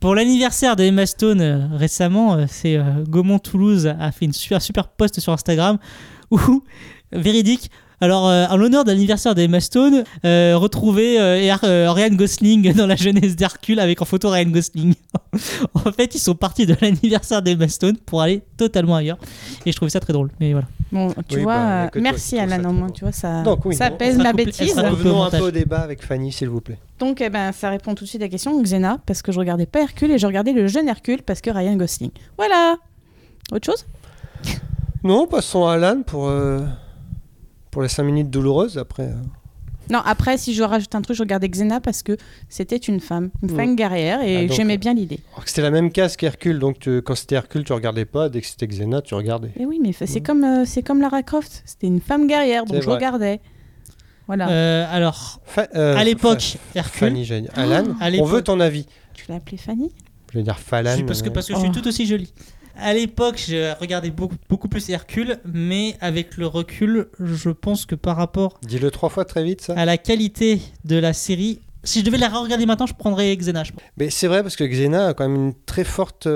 Pour l'anniversaire de Emma Stone récemment, c'est Gaumont Toulouse a fait une super post sur Instagram où, véridique, alors en l'honneur de l'anniversaire d'Emma Stone, retrouver Ryan Gosling dans la jeunesse d'Hercule avec en photo Ryan Gosling. En fait, ils sont partis de l'anniversaire d'Emma Stone pour aller totalement ailleurs. Et je trouvais ça très drôle. Mais voilà. Bon, tu vois, merci Alan, au moins, tu vois, ça, Donc, oui, ça bon, pèse ma bêtise. Revenons un peu au débat avec Fanny, s'il vous plaît. Donc, ça répond tout de suite à la question. Xena, parce que je regardais pas Hercule et je regardais le jeune Hercule parce que Ryan Gosling. Voilà. Autre chose ? Non, passons à Alan pour les 5 minutes douloureuses après. Non, après, si je rajoute un truc, je regardais Xena parce que c'était une femme guerrière et donc, j'aimais bien l'idée. Alors que c'était la même case qu'Hercule, donc quand c'était Hercule, tu regardais pas, dès que c'était Xena, tu regardais. Et oui, mais c'est comme Lara Croft, c'était une femme guerrière, donc je regardais. Voilà. Alors, à l'époque, Hercule. Fanny, Alan, on veut ton avis. Tu l'as appelée Fanny ? Je vais dire Falan. Parce que je suis tout aussi jolie. À l'époque, je regardais beaucoup plus Hercule, mais avec le recul, je pense que par rapport... Dis-le 3 fois très vite, ça. À la qualité de la série, si je devais la regarder maintenant, je prendrais Xena. Mais c'est vrai, parce que Xena a quand même une très forte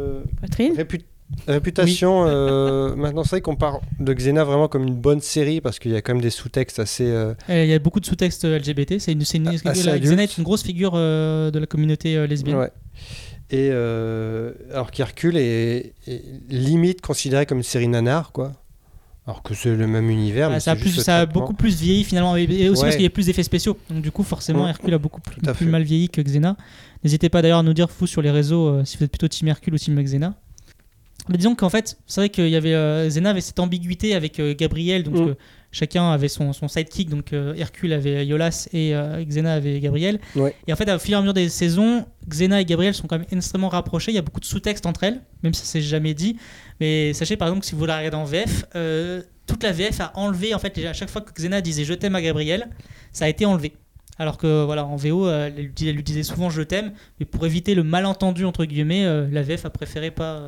réputation. Oui. Maintenant, c'est vrai qu'on parle de Xena vraiment comme une bonne série, parce qu'il y a quand même des sous-textes assez... Il y a beaucoup de sous-textes LGBT. Xena est une grosse figure de la communauté lesbienne. Ouais. Et alors qu'Hercule est limite considéré comme une série nanar, quoi. Alors que c'est le même univers. Mais ça a beaucoup plus vieilli finalement, et aussi parce qu'il y a plus d'effets spéciaux. Donc du coup, forcément, Hercule a beaucoup plus mal vieilli que Xena. N'hésitez pas d'ailleurs à nous dire, vous, sur les réseaux, si vous êtes plutôt Team Hercule ou Team Xena. Mais disons qu'en fait, c'est vrai qu'il y avait Xena avait cette ambiguïté avec Gabriel, donc chacun avait son sidekick, donc Hercule avait Iolas et Xena avait Gabriel. Ouais. Et en fait, au fur et à mesure des saisons, Xena et Gabriel sont quand même extrêmement rapprochés. Il y a beaucoup de sous-textes entre elles, même si ça s'est jamais dit. Mais sachez par exemple que si vous la regardez en VF, toute la VF a enlevé, en fait, à chaque fois que Xena disait je t'aime à Gabriel, ça a été enlevé. Alors que voilà, en VO, elle lui disait souvent je t'aime, mais pour éviter le malentendu entre guillemets, la VF a préféré pas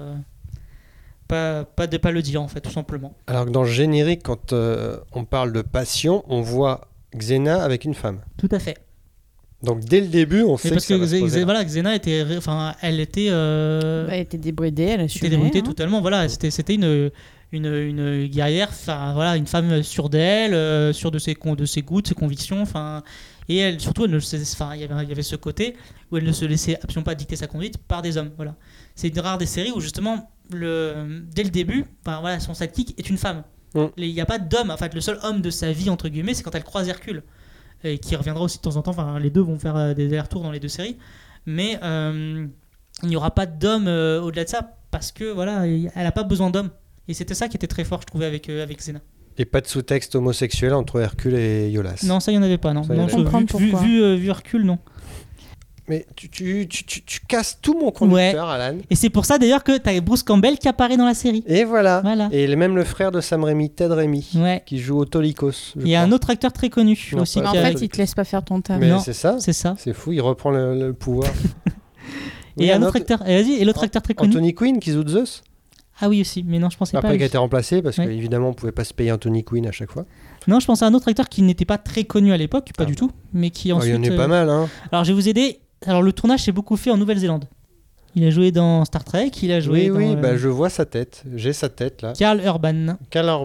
le dire en fait, tout simplement. Alors que dans le générique, quand on parle de passion, on voit Xena avec une femme. Tout à fait. Donc dès le début, on sait parce que voilà, Xena était, elle était, elle était débridée, elle assumait. Elle était débridée totalement. Voilà, c'était une guerrière, enfin voilà, une femme sûre d'elle, sûre de ses goûts, de ses convictions, enfin. Et elle, surtout, il y avait ce côté où elle ne se laissait absolument pas dicter sa conduite par des hommes. Voilà. C'est une rare des séries où justement, dès le début, voilà, son sidekick est une femme. Il n'y a pas d'homme. En fait, le seul homme de sa vie, entre guillemets, c'est quand elle croise Hercule. Et qui reviendra aussi de temps en temps. Enfin, les deux vont faire des allers-retours dans les deux séries. Mais il n'y aura pas d'homme au-delà de ça parce que voilà, elle n'a pas besoin d'homme. Et c'était ça qui était très fort, je trouvais, avec Xena. Et pas de sous-texte homosexuel entre Hercule et Iolas. Non, ça, il n'y en avait pas, non. Vu Hercule, non. Mais tu casses tout mon conducteur, Alan. Et c'est pour ça, d'ailleurs, que tu as Bruce Campbell qui apparaît dans la série. Et voilà. Et même le frère de Sam Raimi, Ted Raimi, qui joue Autolycos. Il y a un autre acteur très connu aussi. En fait, il te laisse pas faire ton taf. Mais c'est ça. C'est fou, il reprend le pouvoir. Et un autre acteur. Et l'autre acteur très connu. Anthony Quinn qui joue Zeus. Ah oui aussi, mais non, je pensais pas. Après, qui a été remplacé parce qu'évidemment, on pouvait pas se payer Anthony Quinn à chaque fois. Non, je pensais à un autre acteur qui n'était pas très connu à l'époque, pas du tout, mais qui ensuite. Il y en a pas mal, hein. Alors, je vais vous aider. Alors, le tournage s'est beaucoup fait en Nouvelle-Zélande. Il a joué dans Star Trek, il a joué dans... Oui, je vois sa tête. J'ai sa tête, là. Karl Urban.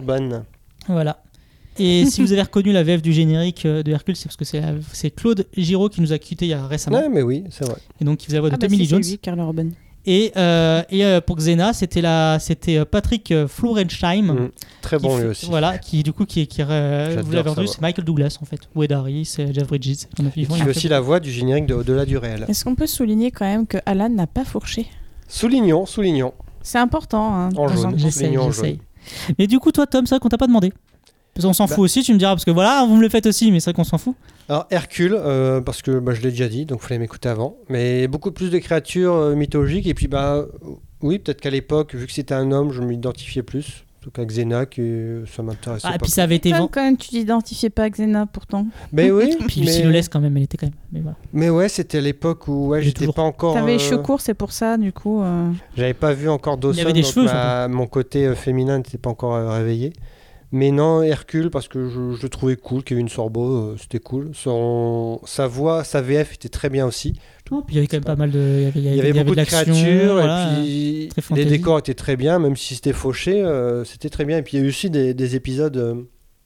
Voilà. Et si vous avez reconnu la VF du générique de Hercule, c'est parce que c'est Claude Giraud qui nous a quittés il y a récemment. Ouais, mais oui, c'est vrai. Et donc, il faisait la voix de Tommy Lee Jones. C'est lui, Karl Urban. Et pour Xena, c'était Patrick Florenheim. Très bon lui aussi. Voilà, qui du coup vous l'avez entendu, c'est Michael Douglas en fait. Wade Harris, c'est Jeff Bridges. Qui fait aussi la voix du générique de Au-delà du réel. Est-ce qu'on peut souligner quand même que Alan n'a pas fourché ? Soulignons. C'est important. Hein, en jaune. J'essaye. Mais du coup, toi, Tom, c'est vrai qu'on t'a pas demandé. Parce qu'on s'en fout aussi, tu me diras, parce que voilà, vous me le faites aussi, mais c'est vrai qu'on s'en fout. Alors Hercule, parce que je l'ai déjà dit, donc il fallait m'écouter avant, mais beaucoup plus de créatures mythologiques, et puis oui, peut-être qu'à l'époque, vu que c'était un homme, je m'identifiais plus, en tout cas Xena, que ça m'intéressait pas. Et puis ça avait été... Quand même, tu t'identifiais pas à Xena, pourtant. Mais oui. Puis Lucie Lolès, quand même, elle était quand même... Mais, voilà. Mais ouais, c'était à l'époque où j'étais pas encore... T'avais les cheveux courts, c'est pour ça, du coup... J'avais pas vu encore Dawson, il avait des cheveux, mon côté féminin n'était pas encore réveillé. Mais non, Hercule, parce que je le trouvais cool. Kevin Sorbo, c'était cool. Sa voix, sa VF était très bien aussi. Non, puis il y avait quand même pas mal de. Il y avait beaucoup de l'action, créatures, voilà, et puis très les fantasy. décors étaient très bien, même si c'était fauché, c'était très bien. Et puis il y a eu aussi des épisodes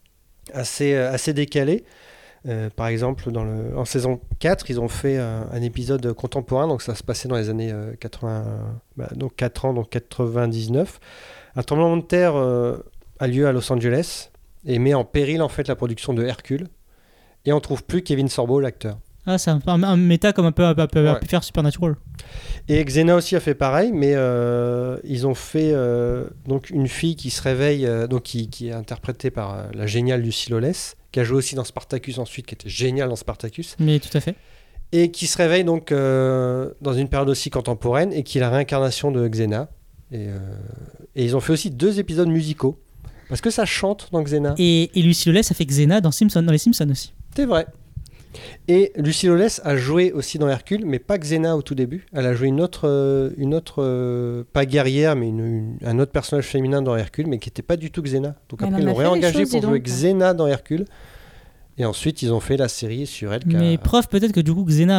assez décalés. Par exemple, en saison 4, ils ont fait un épisode contemporain, donc ça se passait dans les années 80, donc 4 ans, donc 99. Un tremblement de terre a lieu à Los Angeles et met en péril en fait la production de Hercule. Et on trouve plus Kevin Sorbo, l'acteur. Ah, c'est un méta comme un peu pu faire Supernatural. Et Xena aussi a fait pareil, mais ils ont fait donc une fille qui se réveille, donc qui est interprétée par la géniale Lucy Lawless, qui a joué aussi dans Spartacus ensuite, qui était géniale dans Spartacus. Mais tout à fait. Et qui se réveille donc dans une période aussi contemporaine et qui est la réincarnation de Xena. Et ils ont fait aussi 2 épisodes musicaux. Parce que ça chante dans Xena. Et Lucy Lawless a fait Xena dans les Simpsons aussi. C'est vrai. Et Lucy Lawless a joué aussi dans Hercule, mais pas Xena au tout début. Elle a joué une autre pas guerrière, mais un autre personnage féminin dans Hercule, mais qui n'était pas du tout Xena. Donc Elle après, ils en a l'ont fait des réengagée choses, pour dis jouer donc. Xena dans Hercule. Et ensuite, ils ont fait la série sur elle. Mais preuve peut-être que du coup Xena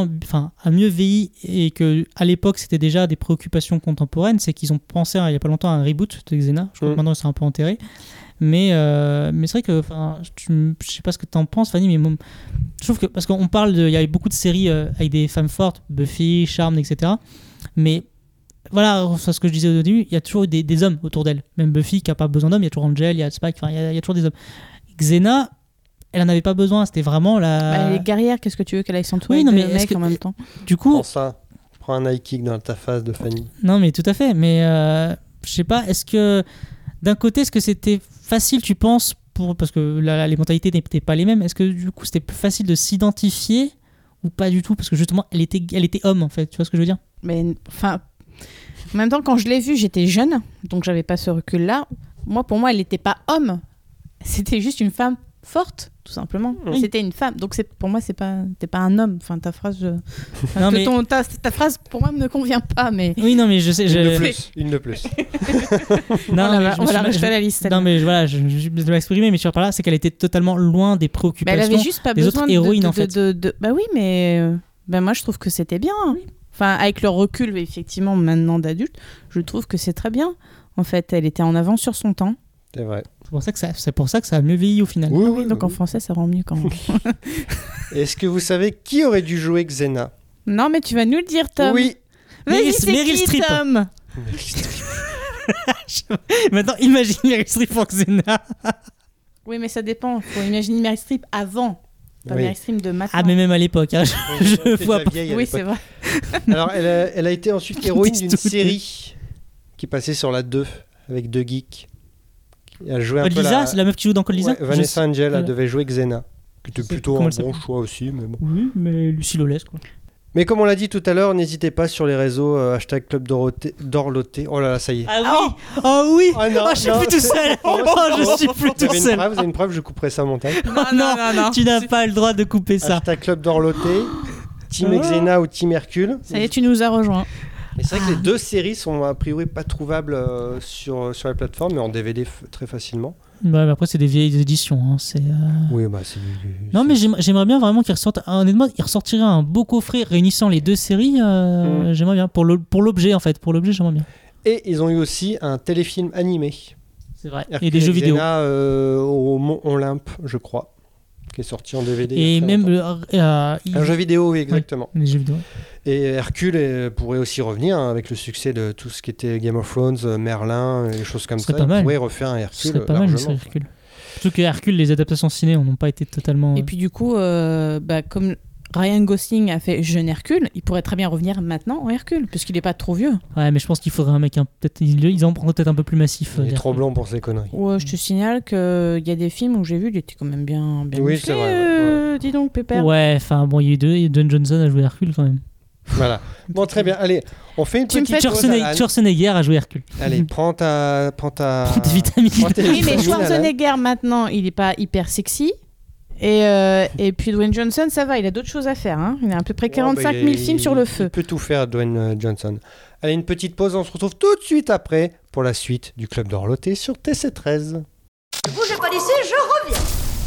a mieux vieilli et que à l'époque c'était déjà des préoccupations contemporaines, c'est qu'ils ont pensé il y a pas longtemps à un reboot de Xena. Je crois que maintenant c'est un peu enterré. Mais c'est vrai que je sais pas ce que tu en penses, Fanny, mais je trouve que parce qu'on parle il y a eu beaucoup de séries avec des femmes fortes, Buffy, Charmed, etc. Mais voilà, c'est ce que je disais au début, il y a toujours eu des hommes autour d'elle. Même Buffy qui a pas besoin d'hommes, il y a toujours Angel, il y a Spike, il y a toujours des hommes. Xena, elle en avait pas besoin, c'était vraiment la. Elle est guerrière, qu'est-ce que tu veux qu'elle aille s'entourer Oui, non, de mais mecs en même temps. Du coup. Prends ça, prends un high kick dans ta face de Fanny. Non, mais tout à fait. Mais je sais pas, est-ce que d'un côté, est-ce que c'était facile, tu penses, parce que les mentalités n'étaient pas les mêmes, est-ce que du coup c'était plus facile de s'identifier ou pas du tout? Parce que justement, elle était homme en fait, tu vois ce que je veux dire? Mais enfin, en même temps, quand je l'ai vue, j'étais jeune, donc j'avais pas ce recul-là. Pour moi, elle n'était pas homme, c'était juste une femme forte, tout simplement. Oui. C'était une femme, donc pour moi, t'es pas un homme. Enfin, ta phrase, Non, mais- ta phrase pour moi me convient pas, mais. Oui, non, mais je sais. Une de plus. Non, On mais va la rajouter à la liste. Non, mais voilà, je vais l'exprimer, mais tu vois par là, c'est qu'elle était totalement loin des Mais préoccupations elle avait juste pas des besoin autres héroïnes en fait. Bah oui, mais moi je trouve que c'était bien. Enfin, avec le recul, effectivement, maintenant d'adulte, je trouve que c'est très bien. En fait, elle était en avance sur son temps. C'est vrai. C'est pour ça que ça a mieux vieilli au final. Oui, Donc en français, ça rend mieux quand même. Est-ce que vous savez qui aurait dû jouer Xena? Non, mais tu vas nous le dire, Tom. Oui. Vas-y, c'est Meryl qui, Streep. Tom? Maintenant, imagine Meryl Streep en Xena. Oui, mais ça dépend. Faut imaginer Meryl Streep avant. Pas Oui. Meryl Streep de maintenant. Ah, mais même à l'époque, hein, je vois pas. Oui, c'est vrai. Alors, elle a été ensuite héroïne d'une Tout- série qui passait sur la 2 avec deux geeks. Elle jouait un Code peu Lisa, c'est la meuf qui joue dans Code Lisa. Ouais, Vanessa Je- Angel, elle devait jouer Xena, qui était plutôt comment un elle bon s'appelle choix aussi. Mais bon. Oui, mais Lucy Lawless, quoi. Mais comme on l'a dit tout à l'heure, n'hésitez pas sur les réseaux hashtag Club Dorloté. Oh là là, ça y est. Ah oui. Oh oui. Oh non, je suis non. plus tout seul. Oh, Je suis plus tout seul. Vous avez une preuve, je couperai ça au montage. Non, tu n'as pas le droit de couper ça. Hashtag Club Dorloté, Team Xena ou Team Hercule. Ça y est, tu nous as rejoints. Et c'est vrai que les deux séries sont a priori pas trouvables sur la plateforme, mais en DVD très facilement. Ouais, mais après, c'est des vieilles éditions. Hein. C'est, Oui, bah c'est. Non, mais j'aimerais bien vraiment qu'ils ressortent. Honnêtement, ils ressortiraient un beau coffret réunissant les deux séries. J'aimerais bien. Pour l'objet, en fait. Pour l'objet, j'aimerais bien. Et ils ont eu aussi un téléfilm animé. C'est vrai. Hercule Et des jeux vidéo. Xena, au Mont Olympe, je crois, qui est sorti en DVD. il y a Et très même. longtemps. Un jeu vidéo, oui, exactement. Ouais, les jeux vidéo. Et Hercule pourrait aussi revenir hein, avec le succès de tout ce qui était Game of Thrones, Merlin, et des choses comme Ce serait ça. pas Il mal. pourrait refaire un Ce Hercule. serait pas mal, largement. Hercule. Surtout que Hercule, les adaptations ciné n'ont pas été totalement. Et puis du coup, comme Ryan Gosling a fait Jeune Hercule, il pourrait très bien revenir maintenant en Hercule, puisqu'il n'est pas trop vieux. Ouais, mais je pense qu'il faudrait un mec peut-être ils en prendront peut-être un peu plus massif. Il est d'Hercule. trop blanc pour ces conneries. Ouais, je te signale qu'il y a des films où j'ai vu, il était quand même bien Oui, musclé, c'est vrai, dis donc, Pépère. Ouais, enfin bon, il y a eu deux. Dwayne Johnson a joué Hercule quand même. Voilà. Bon, très bien. Allez, on fait une petite pause. Alan. Schwarzenegger a joué Hercule. Allez, prends ta Des vitamines. tes Oui, mais vitamines, Schwarzenegger, maintenant, il n'est pas hyper sexy. Et puis Dwayne Johnson, ça va, il a d'autres choses à faire. Hein. Il a à peu près 45 000 films sur le feu. Il peut tout faire, Dwayne Johnson. Allez, une petite pause. On se retrouve tout de suite après pour la suite du Club Dorloté sur TC13. Bougez pas d'ici, je reviens.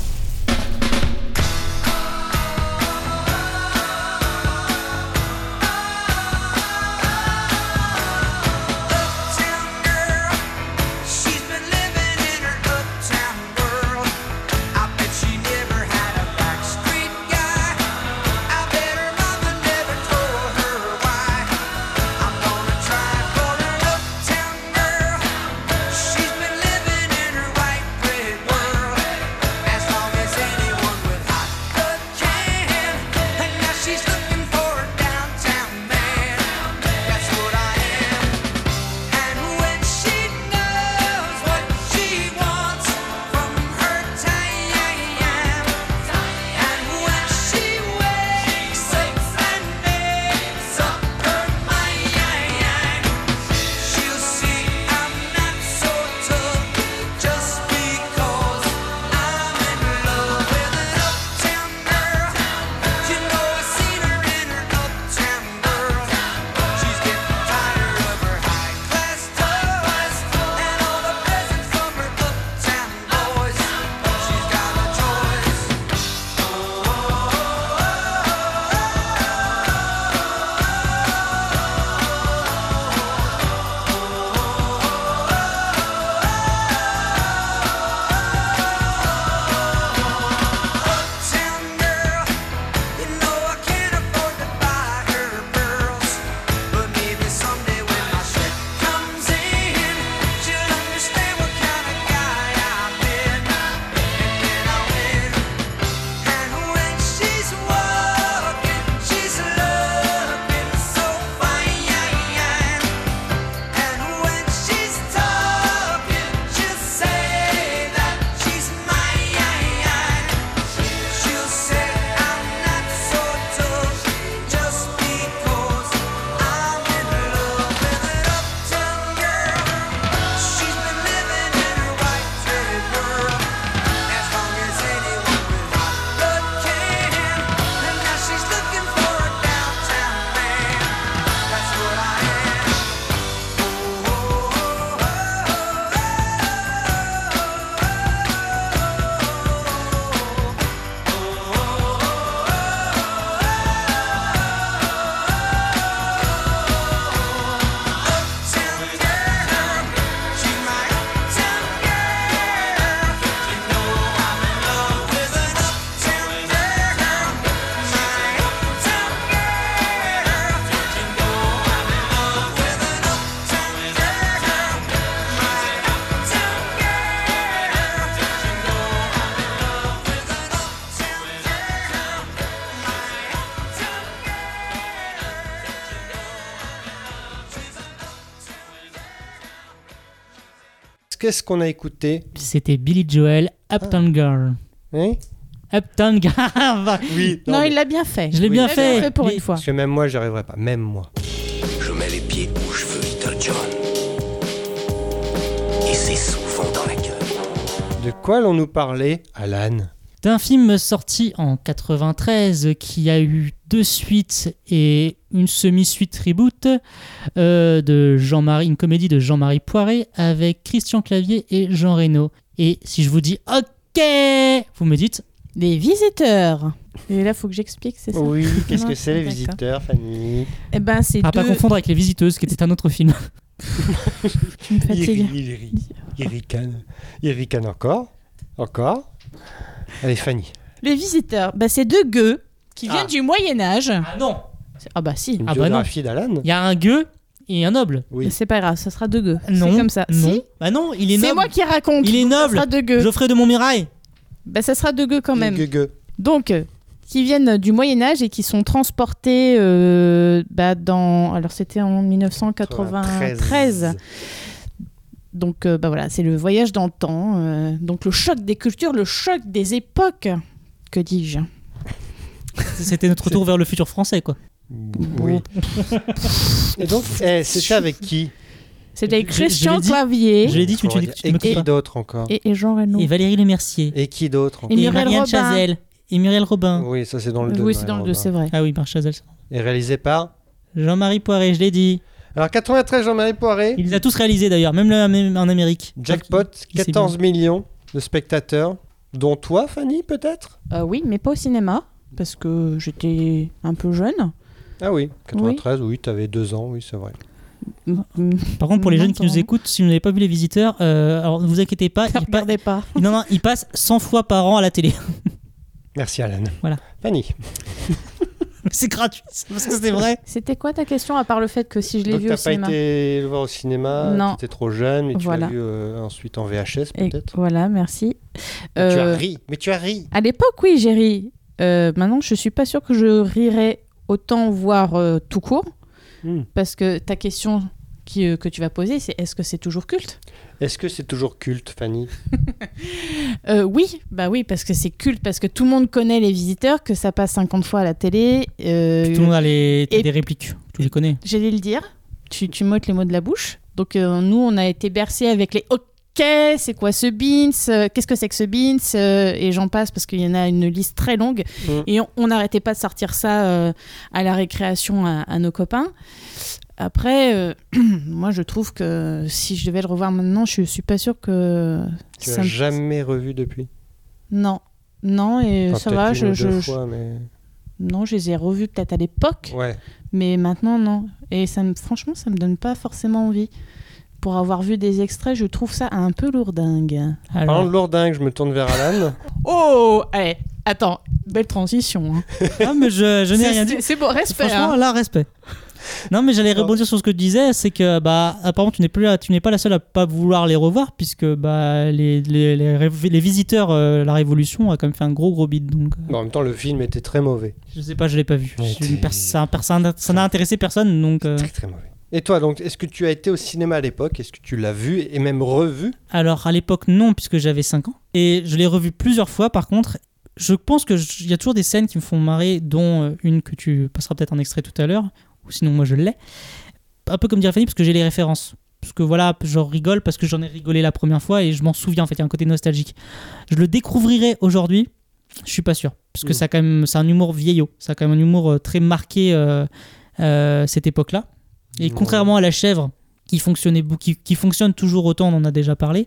Qu'est-ce qu'on a écouté? C'était Billy Joel, Uptown Girl. Oui. Uptown Girl. Oui. Non, il l'a bien fait. Je l'ai bien fait. Pour une fois. Parce que même moi, j'y arriverai pas. Même moi. Je mets les pieds où je veux, Little John. Et c'est souvent dans la gueule. De quoi allons-nous parler, Alan? D'un film sorti en 93 qui a eu 2 suites et une semi-suite reboot de Jean-Marie, une comédie de Jean-Marie Poiret avec Christian Clavier et Jean Reno. Et si je vous dis OK, vous me dites Les Visiteurs. Et là, il faut que j'explique, c'est ça? Oui, qu'est-ce que Ouais, c'est les d'accord. visiteurs, Fanny? Eh ben, c'est à pas confondre avec Les Visiteuses, qui était un autre film. Tu me fatigues. Il ricane. Il ricane encore. Encore. Allez, Fanny. Les Visiteurs, bah, c'est 2 gueux qui viennent du Moyen-Âge. Ah non. Ah bah si. Une Ah bah non. biographie d'Alan. Il y a un gueux et un noble. Oui. Mais c'est pas grave, ça sera 2 gueux. Non. C'est comme ça. Non. Si. Bah non, il est noble. C'est moi qui raconte. Il est donc noble. Ça sera 2 gueux. Geoffrey de Montmirail. Bah, ça sera 2 gueux quand même. Gueux. Donc, qui viennent du Moyen-Âge et qui sont transportés dans. Alors, c'était en 1993. Donc, voilà, c'est le voyage dans le temps. Donc, le choc des cultures, le choc des époques. Que dis-je? C'était notre tour vers le futur français, quoi. Oui. Et donc, c'était avec qui? C'était avec Je l'ai Christian dit. Clavier. Je l'ai dit, tu me Et dis qui pas. d'autre encore? Et Jean Reno. Et Valérie Lemercier. Et qui d'autre encore? Et Et Muriel Marianne Robin. Chazelle. Et Muriel Robin. Oui, ça c'est dans le 2. Oui, c'est dans le 2, c'est vrai. Ah oui, Marc Chazelle. Et réalisé par Jean-Marie Poiret, je l'ai dit. Alors 93, Jean-Marie Poiret. Il les a tous réalisés d'ailleurs, même en Amérique. Jackpot, Il sait 14 millions. de spectateurs, dont toi, Fanny, peut-être? Oui, mais pas au cinéma, parce que j'étais un peu jeune. Ah oui, 93, oui, t'avais 2 ans, oui, c'est vrai. Par contre, pour les jeunes qui nous écoutent, si vous n'avez pas vu Les Visiteurs, alors ne vous inquiétez pas, pas. Non, il passe 100 fois par an à la télé. Merci Alan. Voilà. Fanny. C'est gratuit, parce que c'est vrai. C'était quoi ta question, à part le fait que si je l'ai vu au cinéma? Donc t'as pas été le voir au cinéma, non. t'étais trop jeune, mais Voilà. tu l'as vu ensuite en VHS peut-être. Voilà, merci. Tu as ri, mais tu as ri. À l'époque, oui, j'ai ri. Maintenant, je suis pas sûre que je rirais autant, voire tout court. Parce que ta question que tu vas poser, c'est est-ce que c'est toujours culte? Est-ce que c'est toujours culte, Fanny? Oui, bah oui, parce que c'est culte, parce que tout le monde connaît Les Visiteurs, que ça passe 50 fois à la télé. Tout le monde a des répliques, tu les connais. J'allais le dire, tu m'ôtes les mots de la bouche. Donc nous, on a été bercés avec les OK, c'est quoi ce beans? Qu'est-ce que c'est que ce beans? Et j'en passe, parce qu'il y en a une liste très longue. Et on n'arrêtait pas de sortir ça à la récréation à nos copains. Après, moi, je trouve que si je devais le revoir maintenant, je suis pas sûre que... Tu l'as jamais revu depuis? Non, et enfin, ça va. Fois, mais... Non, je les ai revus peut-être à l'époque, mais maintenant, non. Et franchement, ça me donne pas forcément envie. Pour avoir vu des extraits, je trouve ça un peu lourdingue. Parlant de lourdingue, je me tourne vers Alan. Oh, allez, attends, belle transition. Hein. Ah, mais je n'ai rien dit. C'est beau, respect. Franchement, hein. Là, respect. Non, mais j'allais rebondir sur ce que tu disais, c'est que apparemment tu n'es pas la seule à pas vouloir les revoir, puisque les Visiteurs, la Révolution a quand même fait un gros beat. Donc. Bon, en même temps, le film était très mauvais. Je sais pas, je l'ai pas vu. Ça n'a intéressé personne, donc. Très mauvais. Et toi, donc, est-ce que tu as été au cinéma à l'époque? Est-ce que tu l'as vu et même revu? Alors, à l'époque, non, puisque j'avais 5 ans. Et je l'ai revu plusieurs fois, par contre. Je pense qu'il y a toujours des scènes qui me font marrer, dont une que tu passeras peut-être en extrait tout à l'heure, ou sinon moi je l'ai. Un peu comme dirait Fanny, parce que j'ai les références. Parce que voilà, je rigole parce que j'en ai rigolé la première fois et je m'en souviens, en fait, il y a un côté nostalgique. Je le découvrirai aujourd'hui, je suis pas sûr. Parce que c'est un humour vieillot. Ça a quand même un humour très marqué cette époque-là. Et contrairement à La Chèvre, qui fonctionne toujours autant, on en a déjà parlé,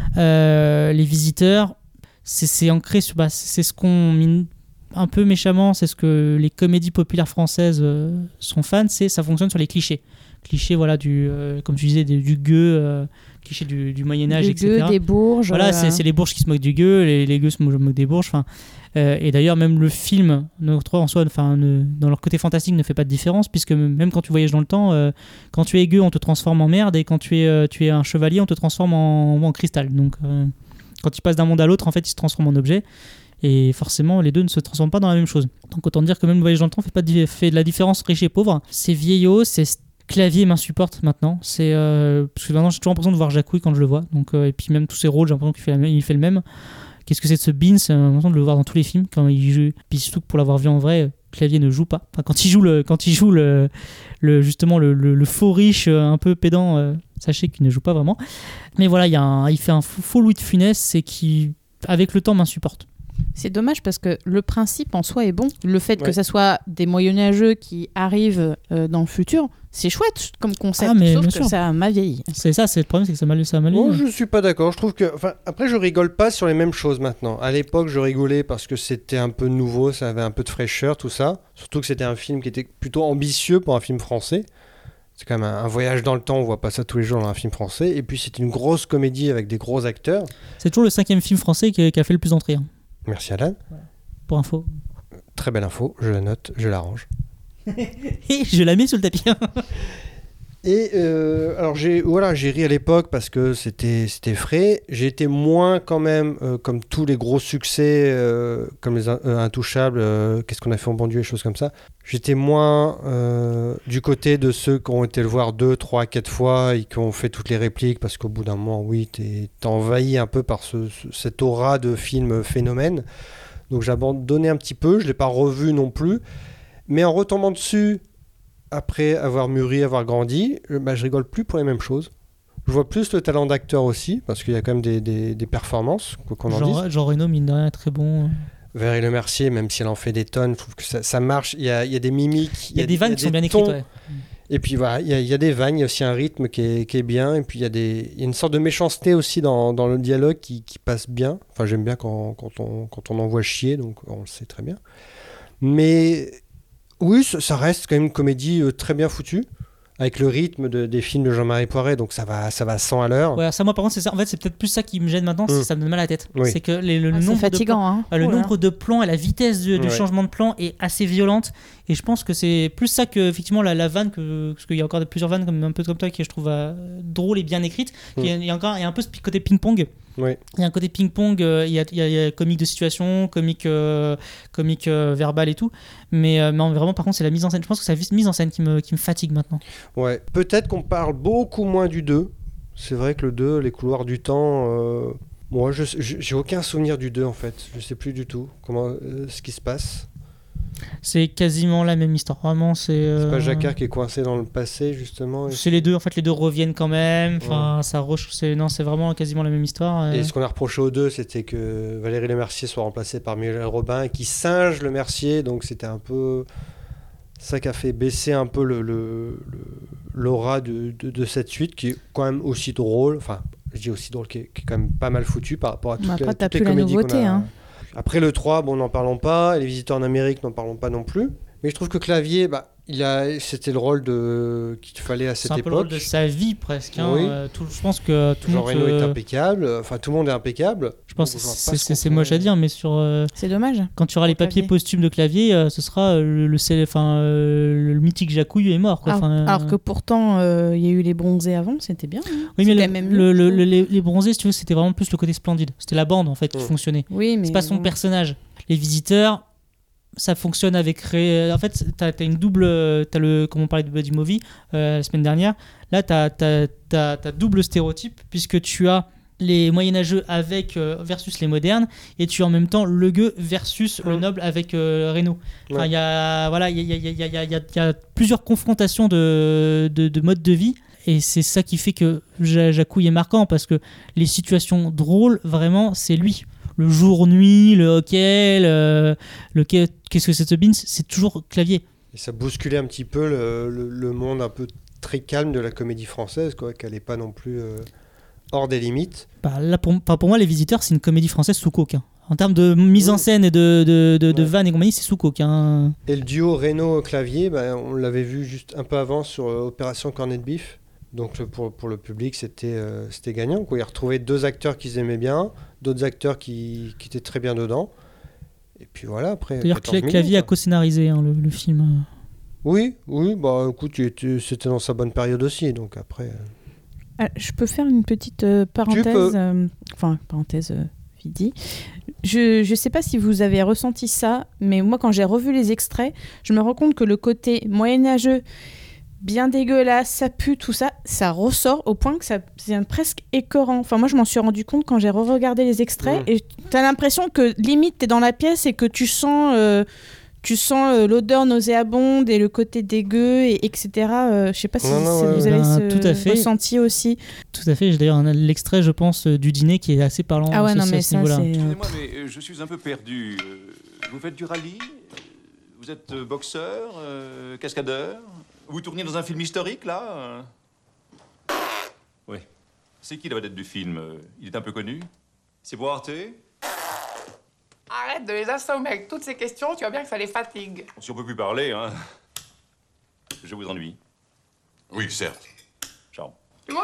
Les Visiteurs, c'est ancré sur... c'est ce qu'on... Un peu méchamment, c'est ce que les comédies populaires françaises sont fans, ça fonctionne sur les clichés. Clichés, voilà, comme tu disais, du gueux, clichés du Moyen-Âge, etc. Gueux, des bourges. Voilà, c'est les bourges qui se moquent du gueux, les gueux se moquent des bourges. Et d'ailleurs, même le film, en soi, dans leur côté fantastique, ne fait pas de différence, puisque même quand tu voyages dans le temps, quand tu es gueux, on te transforme en merde, et quand tu es un chevalier, on te transforme en cristal. Donc, quand tu passes d'un monde à l'autre, en fait, ils se transforment en objet. Et forcément, les deux ne se transforment pas dans la même chose. Donc autant dire que même le voyage dans le temps fait de la différence riche et pauvre. C'est vieillot, c'est clavier m'insupporte maintenant. Parce que maintenant j'ai toujours l'impression de voir Jacouille quand je le vois. Donc, et puis même tous ses rôles, j'ai l'impression qu'il fait le même. Qu'est-ce que c'est de ce Beans? J'ai l'impression de le voir dans tous les films quand il joue. Puis surtout que pour l'avoir vu en vrai, clavier ne joue pas. Enfin, quand il joue justement le faux riche un peu pédant, sachez qu'il ne joue pas vraiment. Mais voilà, il fait un faux Louis de Funès et qui, avec le temps, m'insupporte. C'est dommage parce que le principe en soi est bon. Le fait que ça soit des moyenâgeux qui arrivent dans le futur, c'est chouette comme concept, sauf que ça a mal vieilli. C'est ça, c'est le problème, c'est que ça a mal vieilli. Moi, je suis pas d'accord. Je trouve que, après, je rigole pas sur les mêmes choses maintenant. À l'époque, je rigolais parce que c'était un peu nouveau, ça avait un peu de fraîcheur, tout ça. Surtout que c'était un film qui était plutôt ambitieux pour un film français. C'est quand même un voyage dans le temps, on voit pas ça tous les jours dans un film français. Et puis, c'est une grosse comédie avec des gros acteurs. C'est toujours le 5e film français qui a fait le plus d'entrées. Merci Alan. Voilà. Pour info. Très belle info, je la note, je la range. Et je la mets sur le tapis. Et alors j'ai ri à l'époque parce que c'était frais. J'ai été moins quand même, comme tous les gros succès, comme les Intouchables, Qu'est-ce qu'on a fait en bon Dieu, et choses comme ça. J'étais moins du côté de ceux qui ont été le voir 2, 3, 4 fois et qui ont fait toutes les répliques, parce qu'au bout d'un moment, oui, t'es envahi un peu par cette aura de film phénomène. Donc j'ai abandonné un petit peu, je ne l'ai pas revu non plus. Mais en retombant dessus, après avoir mûri, avoir grandi, je rigole plus pour les mêmes choses. Je vois plus le talent d'acteur aussi, parce qu'il y a quand même des performances, quoi qu'on en dise. Jean Reno, mine de rien, très bon. Valérie Lemercier, même si elle en fait des tonnes, je trouve que ça marche. Il y a des mimiques. Il y a des vannes qui sont bien écrites, ouais. Et puis voilà, il y a des vannes, il y a aussi un rythme qui est bien, et puis il y a une sorte de méchanceté aussi dans le dialogue qui passe bien. Enfin, j'aime bien quand on envoie chier, donc on le sait très bien. Mais oui, ça reste quand même une comédie très bien foutue, avec le rythme des films de Jean-Marie Poiret, donc ça va 100 à l'heure. Ouais, ça, moi, par contre, c'est ça. En fait, c'est peut-être plus ça qui me gêne maintenant, c'est que ça me donne mal à la tête. Oui. C'est que le nombre c'est fatigant, de plans, le nombre de plans et la vitesse du changement de plan est assez violente. Et je pense que c'est plus ça que effectivement la vanne, parce qu'il y a encore plusieurs vannes un peu comme toi qui je trouve drôle et bien écrites. Il y a un peu ce côté ping-pong. Oui. Il y a un côté ping-pong, il y a comique de situation, comique verbal et tout. Mais vraiment, par contre, c'est la mise en scène. Je pense que c'est la mise en scène qui me fatigue maintenant. Ouais, peut-être qu'on parle beaucoup moins du 2. C'est vrai que le 2, les couloirs du temps, moi, j'ai aucun souvenir du 2 en fait. Je sais plus du tout ce qui se passe. C'est quasiment la même histoire. Vraiment, c'est pas Jacquard qui est coincé dans le passé justement. C'est les deux. En fait, les deux reviennent quand même. Enfin, c'est vraiment quasiment la même histoire. Et ce qu'on a reproché aux deux, c'était que Valérie Lemercier soit remplacée par Muriel Robin et qui singe le Mercier. Donc c'était un peu ça qui a fait baisser un peu l'aura de cette suite, qui est quand même aussi drôle. Enfin, je dis aussi drôle, qui est quand même pas mal foutu par rapport à toutes les comédies qu'on a. Hein. Après le 3, n'en parlons pas. Les Visiteurs en Amérique, n'en parlons pas non plus. Mais je trouve que Clavier, c'était le rôle qu'il fallait à cette époque. C'est un peu le rôle de sa vie presque. Hein. Oui. Je pense que tout le monde. Jean Reno est impeccable. Enfin, tout le monde est impeccable. Je pense que c'est moche à dire, mais c'est dommage. Quand tu auras les papiers posthumes de Clavier, ce sera le mythique Jacouille est mort. Quoi. Alors que pourtant, il y a eu les Bronzés avant, c'était bien. Hein. Oui, mais les Bronzés, si tu veux, c'était vraiment plus le côté splendide. C'était la bande en fait qui fonctionnait. Oui, mais c'est pas son personnage. Les Visiteurs. Ça fonctionne avec en fait t'as une double comme on parlait de Buddy Movie la semaine dernière, là t'as double stéréotype, puisque tu as les moyenâgeux versus les modernes, et tu as en même temps le gueux versus le noble avec Reno. Enfin, il y a plusieurs confrontations de modes de vie. Et c'est ça qui fait que Jacouille est marquant, parce que les situations drôles, vraiment, c'est lui. Le jour-nuit, le hockey, qu'est-ce que c'est ce Beans, c'est toujours Clavier. Et ça bousculait un petit peu le monde un peu très calme de la comédie française, quoi, qu'elle n'est pas non plus hors des limites. Là, pour moi, Les Visiteurs, c'est une comédie française sous coke. Hein. En termes de mise en scène et de vannes et compagnie, c'est sous coke. Hein. Et le duo Reno-Clavier, on l'avait vu juste un peu avant sur Opération Cornet de Bif. Donc pour le public, c'était gagnant, quoi. Il retrouvait deux acteurs qu'ils aimaient bien, d'autres acteurs qui étaient très bien dedans. Et puis voilà, après. D'ailleurs, Clavier a co-scénarisé le film. Oui, écoute, c'était dans sa bonne période aussi, donc après. Je peux faire une petite parenthèse. Parenthèse vite dit. Je sais pas si vous avez ressenti ça, mais moi, quand j'ai revu les extraits, je me rends compte que le côté moyenâgeux, bien dégueulasse, ça pue, tout ça, ça ressort au point que ça devient presque écœurant. Enfin, moi, je m'en suis rendu compte quand j'ai re-regardé les extraits, et t'as l'impression que limite t'es dans la pièce et que tu sens l'odeur nauséabonde et le côté dégueu, etc. Je sais pas si vous avez ce ressenti aussi. Tout à fait. J'ai d'ailleurs l'extrait, je pense, du dîner qui est assez parlant. Ah ouais, non, mais ça, c'est... Excusez-moi, mais je suis un peu perdu. Vous faites du rallye ? Vous êtes boxeur ? Cascadeur ? Vous tournez dans un film historique, là ? Oui. C'est qui la vedette du film ? Il est un peu connu ? C'est pour Arte ? Arrête de les assommer avec toutes ces questions, tu vois bien que ça les fatigue. Si on peut plus parler, hein. Je vous ennuie. Oui, certes. Ciao. Tu vois ?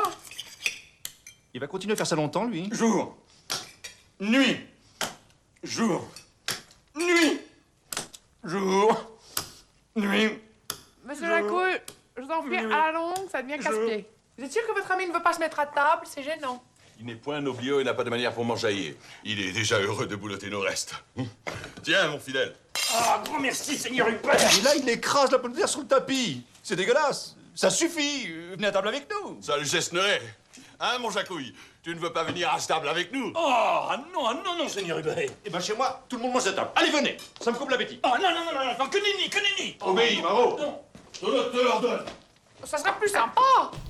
Il va continuer à faire ça longtemps, lui ? Jour. Nuit. Jour. Nuit. Jour. Nuit. Monsieur Jacouille, je vous en prie, à la longue, ça devient casse-pied. Vous êtes sûr que votre ami ne veut pas se mettre à table ? C'est gênant. Il n'est point noblieux et n'a pas de manière pour m'enjailler. Il est déjà heureux de boulotter nos restes. Tiens, mon fidèle. Ah, grand merci, Seigneur Hubert. Et là, il écrase la pomme de terre sur le tapis. C'est dégueulasse. Ça suffit. Venez à table avec nous. Ça le gesterait. Hein, mon Jacouille ? Tu ne veux pas venir à table avec nous ? Oh, non, Seigneur Hubert. Eh ben, chez moi, tout le monde mange à table. Allez, venez. Ça me coupe l'appétit. Oh, non, que nenni. Obéis, Maro. Non. Je te l'ordonne. Ça sera plus sympa.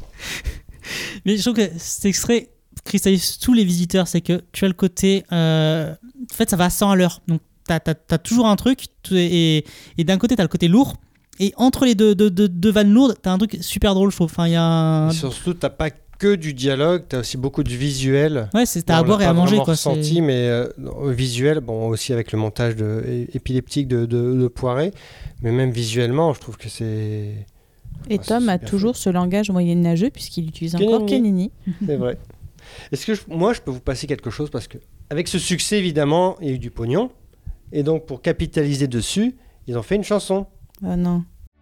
Mais je trouve que cet extrait cristallise tous Les Visiteurs, c'est que tu as le côté... en fait, ça va à 100 à l'heure. Donc, t'as toujours un truc, et d'un côté, t'as le côté lourd, Et entre les deux vannes lourdes, t'as un truc super drôle, je trouve. Enfin, il y a un... Et surtout, t'as pas que du dialogue, t'as aussi beaucoup de visuels. Ouais, t'as à boire et à manger, quoi. Ressenti, mais visuel, bon, aussi avec le montage épileptique de Poiret, mais même visuellement, je trouve que c'est... Et Tom a toujours ce langage moyenâgeux puisqu'il utilise encore Kenini. C'est vrai. Est-ce que moi, je peux vous passer quelque chose parce que avec ce succès, évidemment, il y a eu du pognon. Et donc, pour capitaliser dessus, ils ont fait une chanson. Ah non.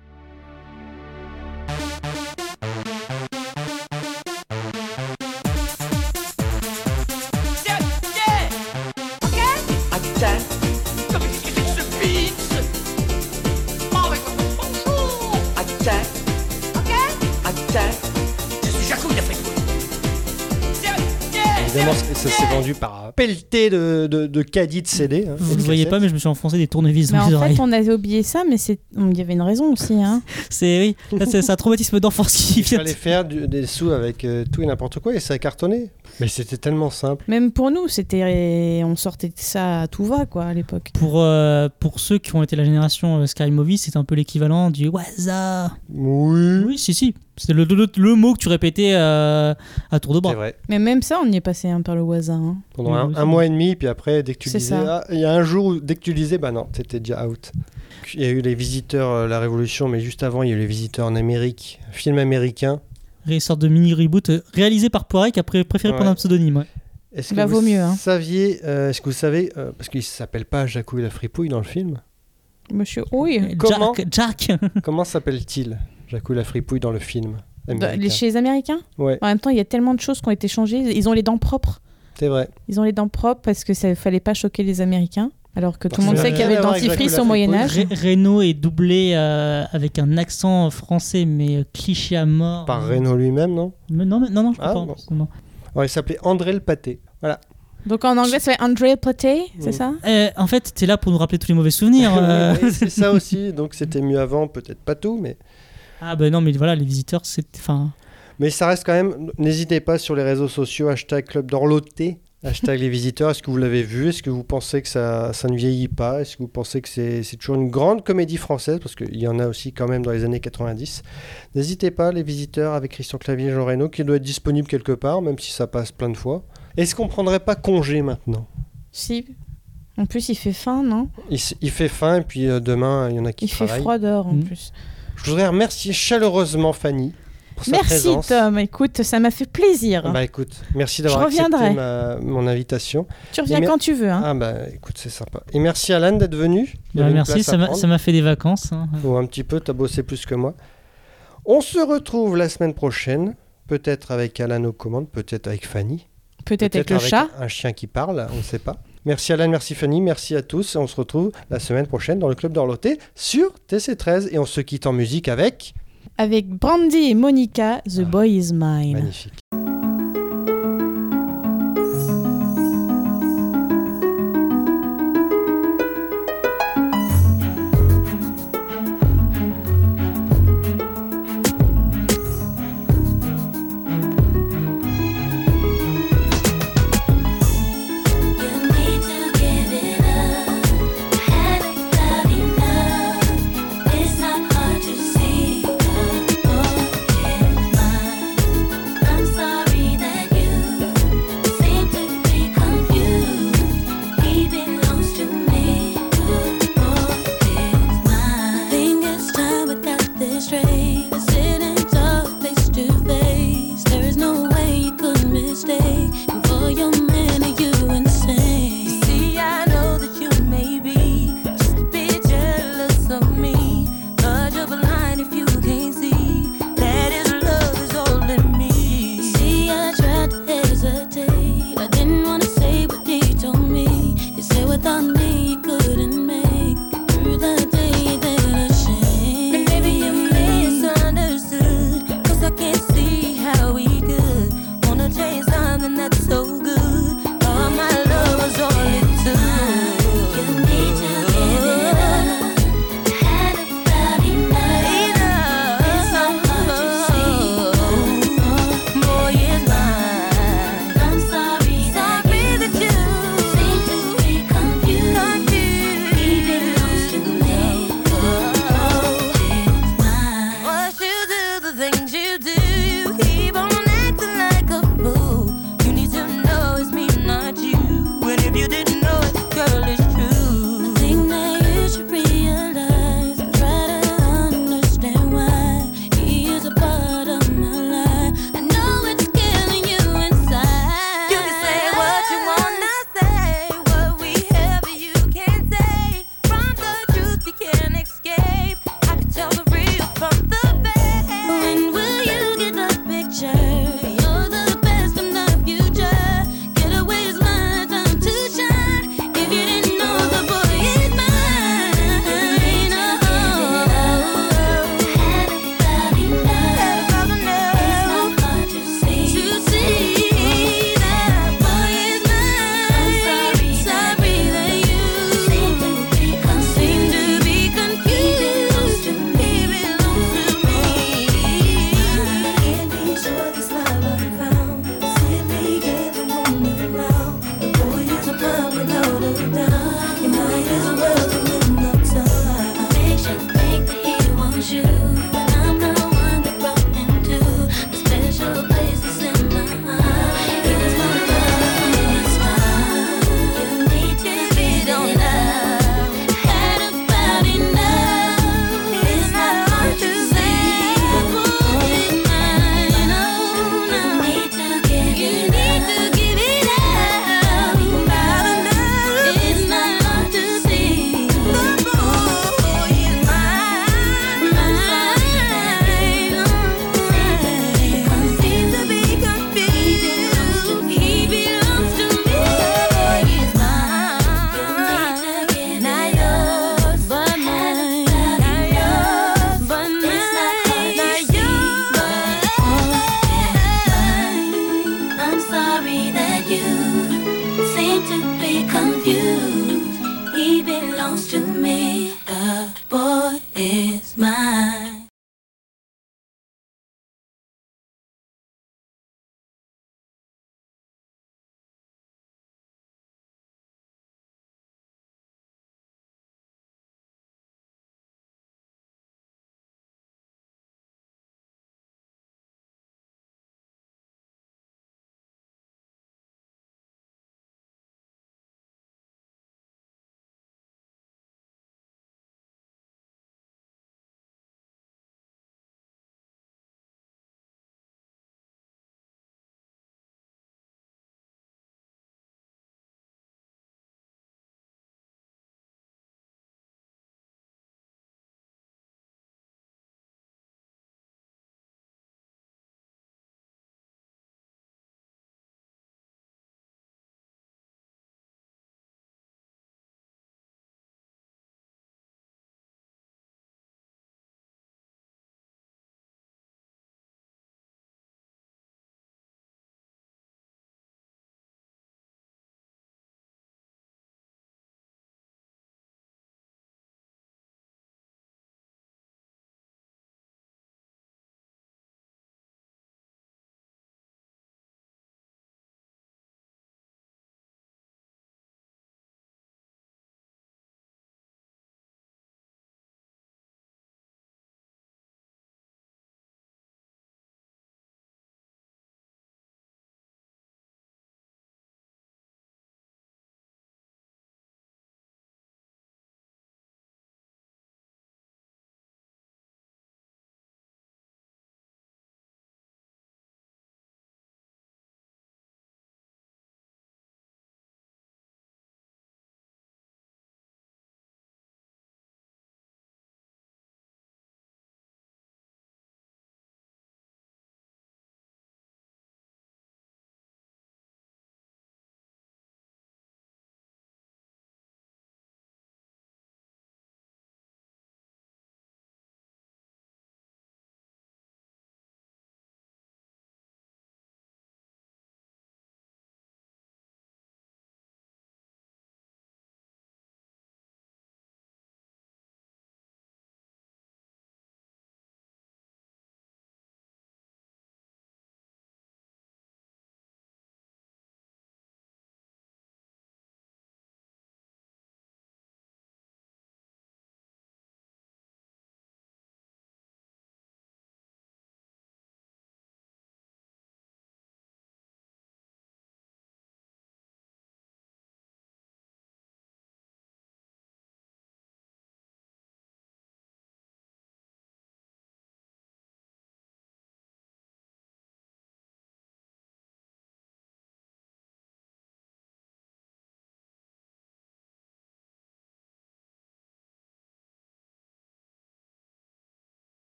Évidemment, ça s'est vendu par pelleté de caddies de CD. Hein, vous ne voyez pas, mais je me suis enfoncé des tournevis mais dans les oreilles. En fait, on avait oublié ça, mais il y avait une raison aussi. Hein. Oui, là, c'est un traumatisme d'enfance qui vient. Il fallait faire des sous avec tout et n'importe quoi et ça a cartonné. Mais c'était tellement simple. Même pour nous, on sortait de ça à tout va, quoi, à l'époque. Pour ceux qui ont été la génération Sky Movie, c'est un peu l'équivalent du Waza. Oui. Oui, si. C'était le mot que tu répétais à tour de bras. C'est vrai. Mais même ça, on y est passé par le Waza. Hein. Pendant un mois et demi, puis après, dès que tu disais... il y a un jour où, dès que tu disais, bah non, t'étais déjà out. Il y a eu les visiteurs, la Révolution, mais juste avant, il y a eu les visiteurs en Amérique, un film américain. Une sorte de mini-reboot réalisé par Poiret qui a préféré prendre un pseudonyme. Ouais. Est-ce que vaut mieux. Hein. Est-ce que vous savez, parce qu'il ne s'appelle pas Jacouille la fripouille dans le film. Monsieur, oui. Jack. Comment s'appelle-t-il, Jacouille la fripouille dans le film chez les Américains. Ouais. En même temps, il y a tellement de choses qui ont été changées. Ils ont les dents propres. C'est vrai. Ils ont les dents propres parce que ça fallait pas choquer les Américains. Alors que tout le monde sait qu'il y avait le dentifrice au Moyen-Âge. Renaud est doublé avec un accent français, mais cliché à mort. Par Renaud lui-même, non ? Non, je crois pas. Bon. Non. Alors, il s'appelait André le Pâté. Voilà. Donc en anglais, ça fait André le Pâté, c'est ça ? En fait, t'es là pour nous rappeler tous les mauvais souvenirs. Oui, c'est ça aussi. Donc c'était mieux avant, peut-être pas tout, mais... Ah ben non, mais voilà, les visiteurs, c'est... Mais ça reste quand même... N'hésitez pas sur les réseaux sociaux, #Club d'Orloté, #les visiteurs. Est-ce que vous l'avez vu ? Est-ce que vous pensez que ça ne vieillit pas ? Est-ce que vous pensez que c'est toujours une grande comédie française ? Parce qu'il y en a aussi quand même dans les années 90. N'hésitez pas, les visiteurs, avec Christian Clavier et Jean Reno, qui doit être disponible quelque part, même si ça passe plein de fois. Est-ce qu'on prendrait pas congé maintenant ? Si. En plus, il fait faim, non ? Il fait faim, et puis demain, il y en a qui travaillent. Il fait froid dehors, en plus. Je voudrais remercier chaleureusement Fanny pour sa présence. Merci Tom, écoute, ça m'a fait plaisir. Bah écoute, merci d'avoir accepté mon invitation. Tu reviens quand tu veux. Hein. Ah bah écoute, c'est sympa. Et merci Alan d'être venu. Merci, ça m'a fait des vacances. Hein. Oh, un petit peu, t'as bossé plus que moi. On se retrouve la semaine prochaine, peut-être avec Alan aux commandes, peut-être avec Fanny. Peut-être avec le chat. Un chien qui parle, on ne sait pas. Merci Alan, merci Fanny, merci à tous. Et on se retrouve la semaine prochaine dans le Club d'Orloté sur TC13. Et on se quitte en musique avec... Avec Brandy et Monica, The Boy Is Mine. Magnifique. I'm sorry. things